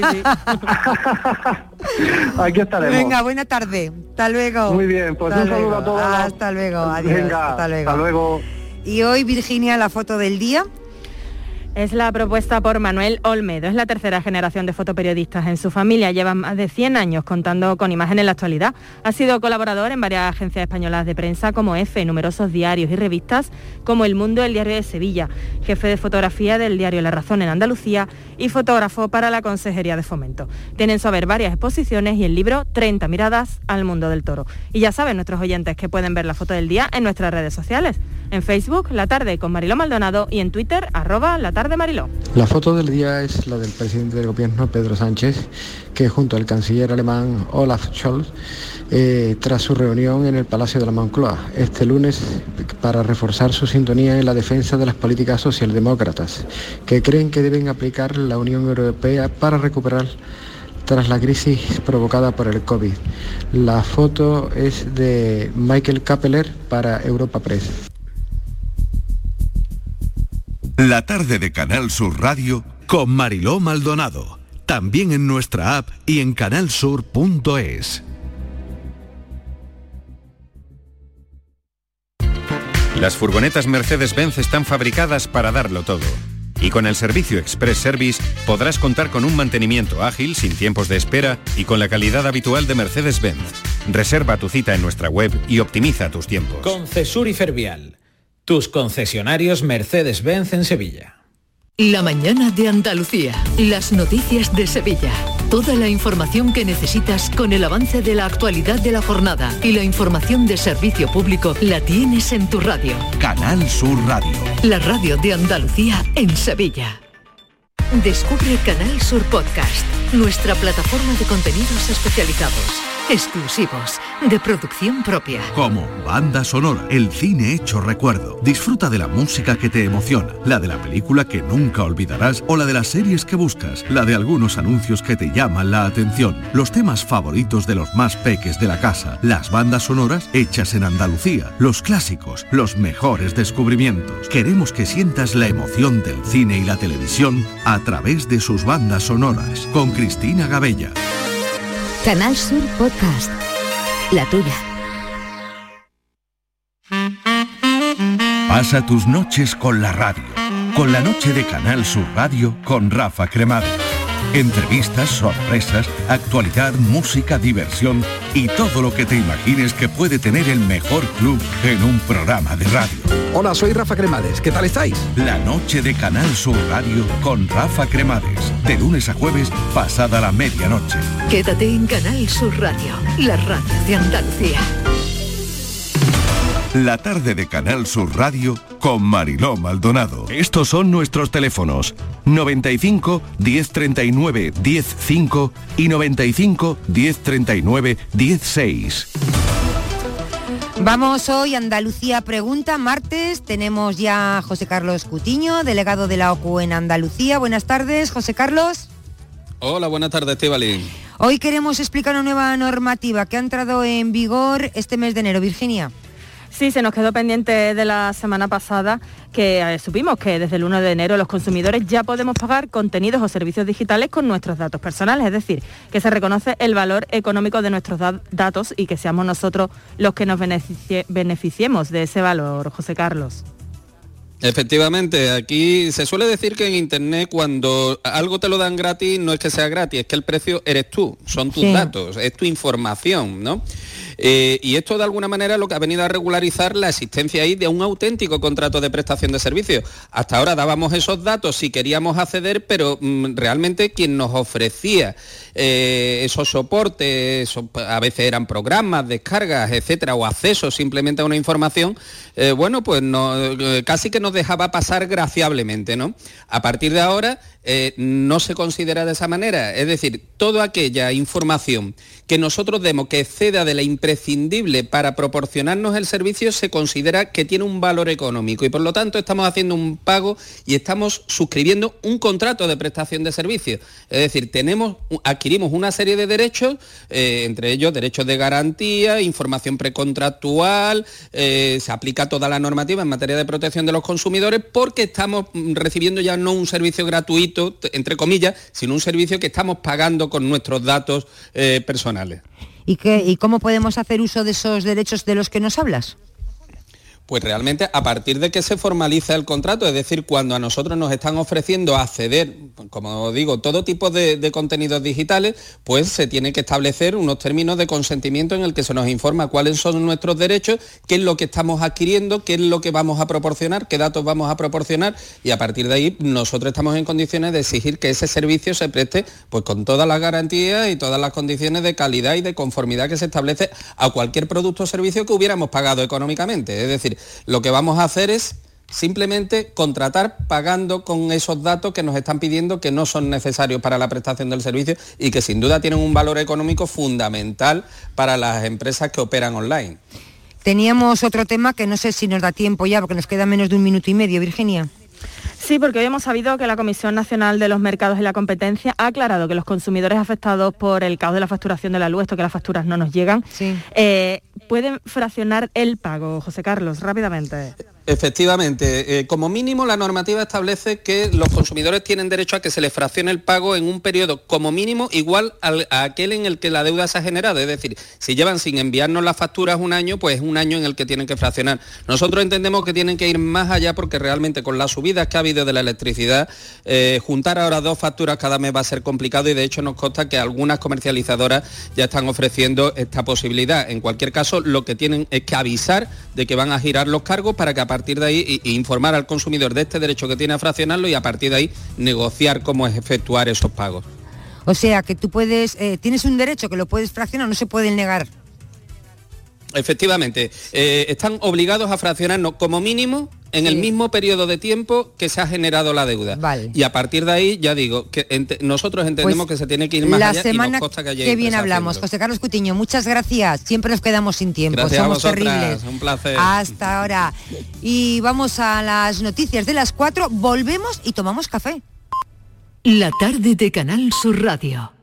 Aquí estaremos. Venga, buena tarde, hasta luego. Muy bien, pues un saludo a todos. Hasta luego, adiós. Venga, hasta luego. Y hoy, Virginia, la foto del día. Es la propuesta por Manuel Olmedo. Es la tercera generación de fotoperiodistas en su familia. Llevan más de 100 años contando con imagen en la actualidad. Ha sido colaborador en varias agencias españolas de prensa como EFE, numerosos diarios y revistas como El Mundo, el Diario de Sevilla, jefe de fotografía del diario La Razón en Andalucía y fotógrafo para la Consejería de Fomento. Tiene en su haber varias exposiciones y el libro 30 miradas al mundo del toro. Y ya saben nuestros oyentes que pueden ver la foto del día en nuestras redes sociales. En Facebook, La Tarde con Mariló Maldonado, y en Twitter, @LaTardeMariló. La foto del día es la del presidente del gobierno, Pedro Sánchez, que junto al canciller alemán Olaf Scholz, tras su reunión en el Palacio de la Moncloa este lunes, para reforzar su sintonía en la defensa de las políticas socialdemócratas, que creen que deben aplicar la Unión Europea para recuperar tras la crisis provocada por el COVID. La foto es de Michael Kappeler para Europa Press. La tarde de Canal Sur Radio con Mariló Maldonado. También en nuestra app y en canalsur.es. Las furgonetas Mercedes-Benz están fabricadas para darlo todo. Y con el servicio Express Service podrás contar con un mantenimiento ágil, sin tiempos de espera y con la calidad habitual de Mercedes-Benz. Reserva tu cita en nuestra web y optimiza tus tiempos. Concesur y Fervial, tus concesionarios Mercedes-Benz en Sevilla. La mañana de Andalucía, las noticias de Sevilla. Toda la información que necesitas con el avance de la actualidad de la jornada y la información de servicio público la tienes en tu radio. Canal Sur Radio. La radio de Andalucía en Sevilla. Descubre Canal Sur Podcast, nuestra plataforma de contenidos especializados, exclusivos, de producción propia. Como banda sonora, el cine hecho recuerdo. Disfruta de la música que te emociona, la de la película que nunca olvidarás o la de las series que buscas, la de algunos anuncios que te llaman la atención, los temas favoritos de los más peques de la casa, las bandas sonoras hechas en Andalucía, los clásicos, los mejores descubrimientos. Queremos que sientas la emoción del cine y la televisión a través de sus bandas sonoras, con Cristina Gabella. Canal Sur Podcast, la tuya. Pasa tus noches con la radio, con la noche de Canal Sur Radio con Rafa Cremades. Entrevistas, sorpresas, actualidad, música, diversión y todo lo que te imagines que puede tener el mejor club en un programa de radio. Hola, soy Rafa Cremades, ¿qué tal estáis? La noche de Canal Sur Radio con Rafa Cremades, de lunes a jueves pasada la medianoche. Quédate en Canal Sur Radio, la radio de Andalucía. La tarde de Canal Sur Radio con Mariló Maldonado. Estos son nuestros teléfonos: 95 1039 105 y 95 1039 16. Vamos hoy a Andalucía Pregunta, martes. Tenemos ya a José Carlos Cutiño, delegado de la OCU en Andalucía. Buenas tardes, José Carlos. Hola, buenas tardes, Estíbaliz. Hoy queremos explicar una nueva normativa que ha entrado en vigor este mes de enero. Virginia. Sí, se nos quedó pendiente de la semana pasada que supimos que desde el 1 de enero los consumidores ya podemos pagar contenidos o servicios digitales con nuestros datos personales, es decir, que se reconoce el valor económico de nuestros datos y que seamos nosotros los que nos beneficiemos de ese valor, José Carlos. Efectivamente, aquí se suele decir que en Internet cuando algo te lo dan gratis no es que sea gratis, es que el precio eres tú, son tus datos, es tu información, ¿no? Y esto de alguna manera lo que ha venido a regularizar la existencia ahí de un auténtico contrato de prestación de servicios. Hasta ahora dábamos esos datos si queríamos acceder, pero realmente quien nos ofrecía esos soportes, a veces eran programas, descargas, etcétera, o acceso simplemente a una información, bueno, pues casi que nos dejaba pasar graciablemente, ¿no? A partir de ahora no se considera de esa manera, es decir, toda aquella información que nosotros demos que exceda de la imprescindible para proporcionarnos el servicio se considera que tiene un valor económico y por lo tanto estamos haciendo un pago y estamos suscribiendo un contrato de prestación de servicios. Es decir, adquirimos una serie de derechos, entre ellos derechos de garantía, información precontractual, se aplica toda la normativa en materia de protección de los consumidores porque estamos recibiendo ya no un servicio gratuito, entre comillas, sino un servicio que estamos pagando con nuestros datos personales. ¿Y cómo podemos hacer uso de esos derechos de los que nos hablas? Pues realmente a partir de que se formaliza el contrato, es decir, cuando a nosotros nos están ofreciendo acceder, como digo, todo tipo de contenidos digitales, pues se tiene que establecer unos términos de consentimiento en el que se nos informa cuáles son nuestros derechos, qué es lo que estamos adquiriendo, qué es lo que vamos a proporcionar, qué datos vamos a proporcionar y a partir de ahí nosotros estamos en condiciones de exigir que ese servicio se preste pues con todas las garantías y todas las condiciones de calidad y de conformidad que se establece a cualquier producto o servicio que hubiéramos pagado económicamente. Es decir, lo que vamos a hacer es simplemente contratar pagando con esos datos que nos están pidiendo que no son necesarios para la prestación del servicio y que sin duda tienen un valor económico fundamental para las empresas que operan online. Teníamos otro tema que no sé si nos da tiempo ya porque nos queda menos de 1 minuto y medio, Virginia. Sí, porque hoy hemos sabido que la Comisión Nacional de los Mercados y la Competencia ha aclarado que los consumidores afectados por el caos de la facturación de la luz, esto que las facturas no nos llegan, pueden fraccionar el pago. José Carlos, rápidamente. Efectivamente, como mínimo la normativa establece que los consumidores tienen derecho a que se les fraccione el pago en un periodo como mínimo igual a aquel en el que la deuda se ha generado. Es decir, si llevan sin enviarnos las facturas un año, pues es un año en el que tienen que fraccionar. Nosotros entendemos que tienen que ir más allá porque realmente con las subidas que ha habido de la electricidad, juntar ahora 2 facturas cada mes va a ser complicado y de hecho nos consta que algunas comercializadoras ya están ofreciendo esta posibilidad. En cualquier caso, lo que tienen es que avisar de que van a girar los cargos para que a partir de ahí informar al consumidor de este derecho que tiene a fraccionarlo y a partir de ahí negociar cómo es efectuar esos pagos. O sea, que tú puedes, tienes un derecho que lo puedes fraccionar, no se puede negar. Efectivamente, están obligados a fraccionarnos como mínimo en el mismo periodo de tiempo que se ha generado la deuda. Vale. Y a partir de ahí, ya digo, que nosotros entendemos que se tiene que ir más allá y nos consta que hay que bien hablamos. haciéndolo. José Carlos Cutiño, muchas gracias. Siempre nos quedamos sin tiempo. Gracias Somos a vosotras, terribles. un placer. Hasta ahora. Y vamos a las noticias de las 4. Volvemos y tomamos café. La tarde de Canal Sur Radio.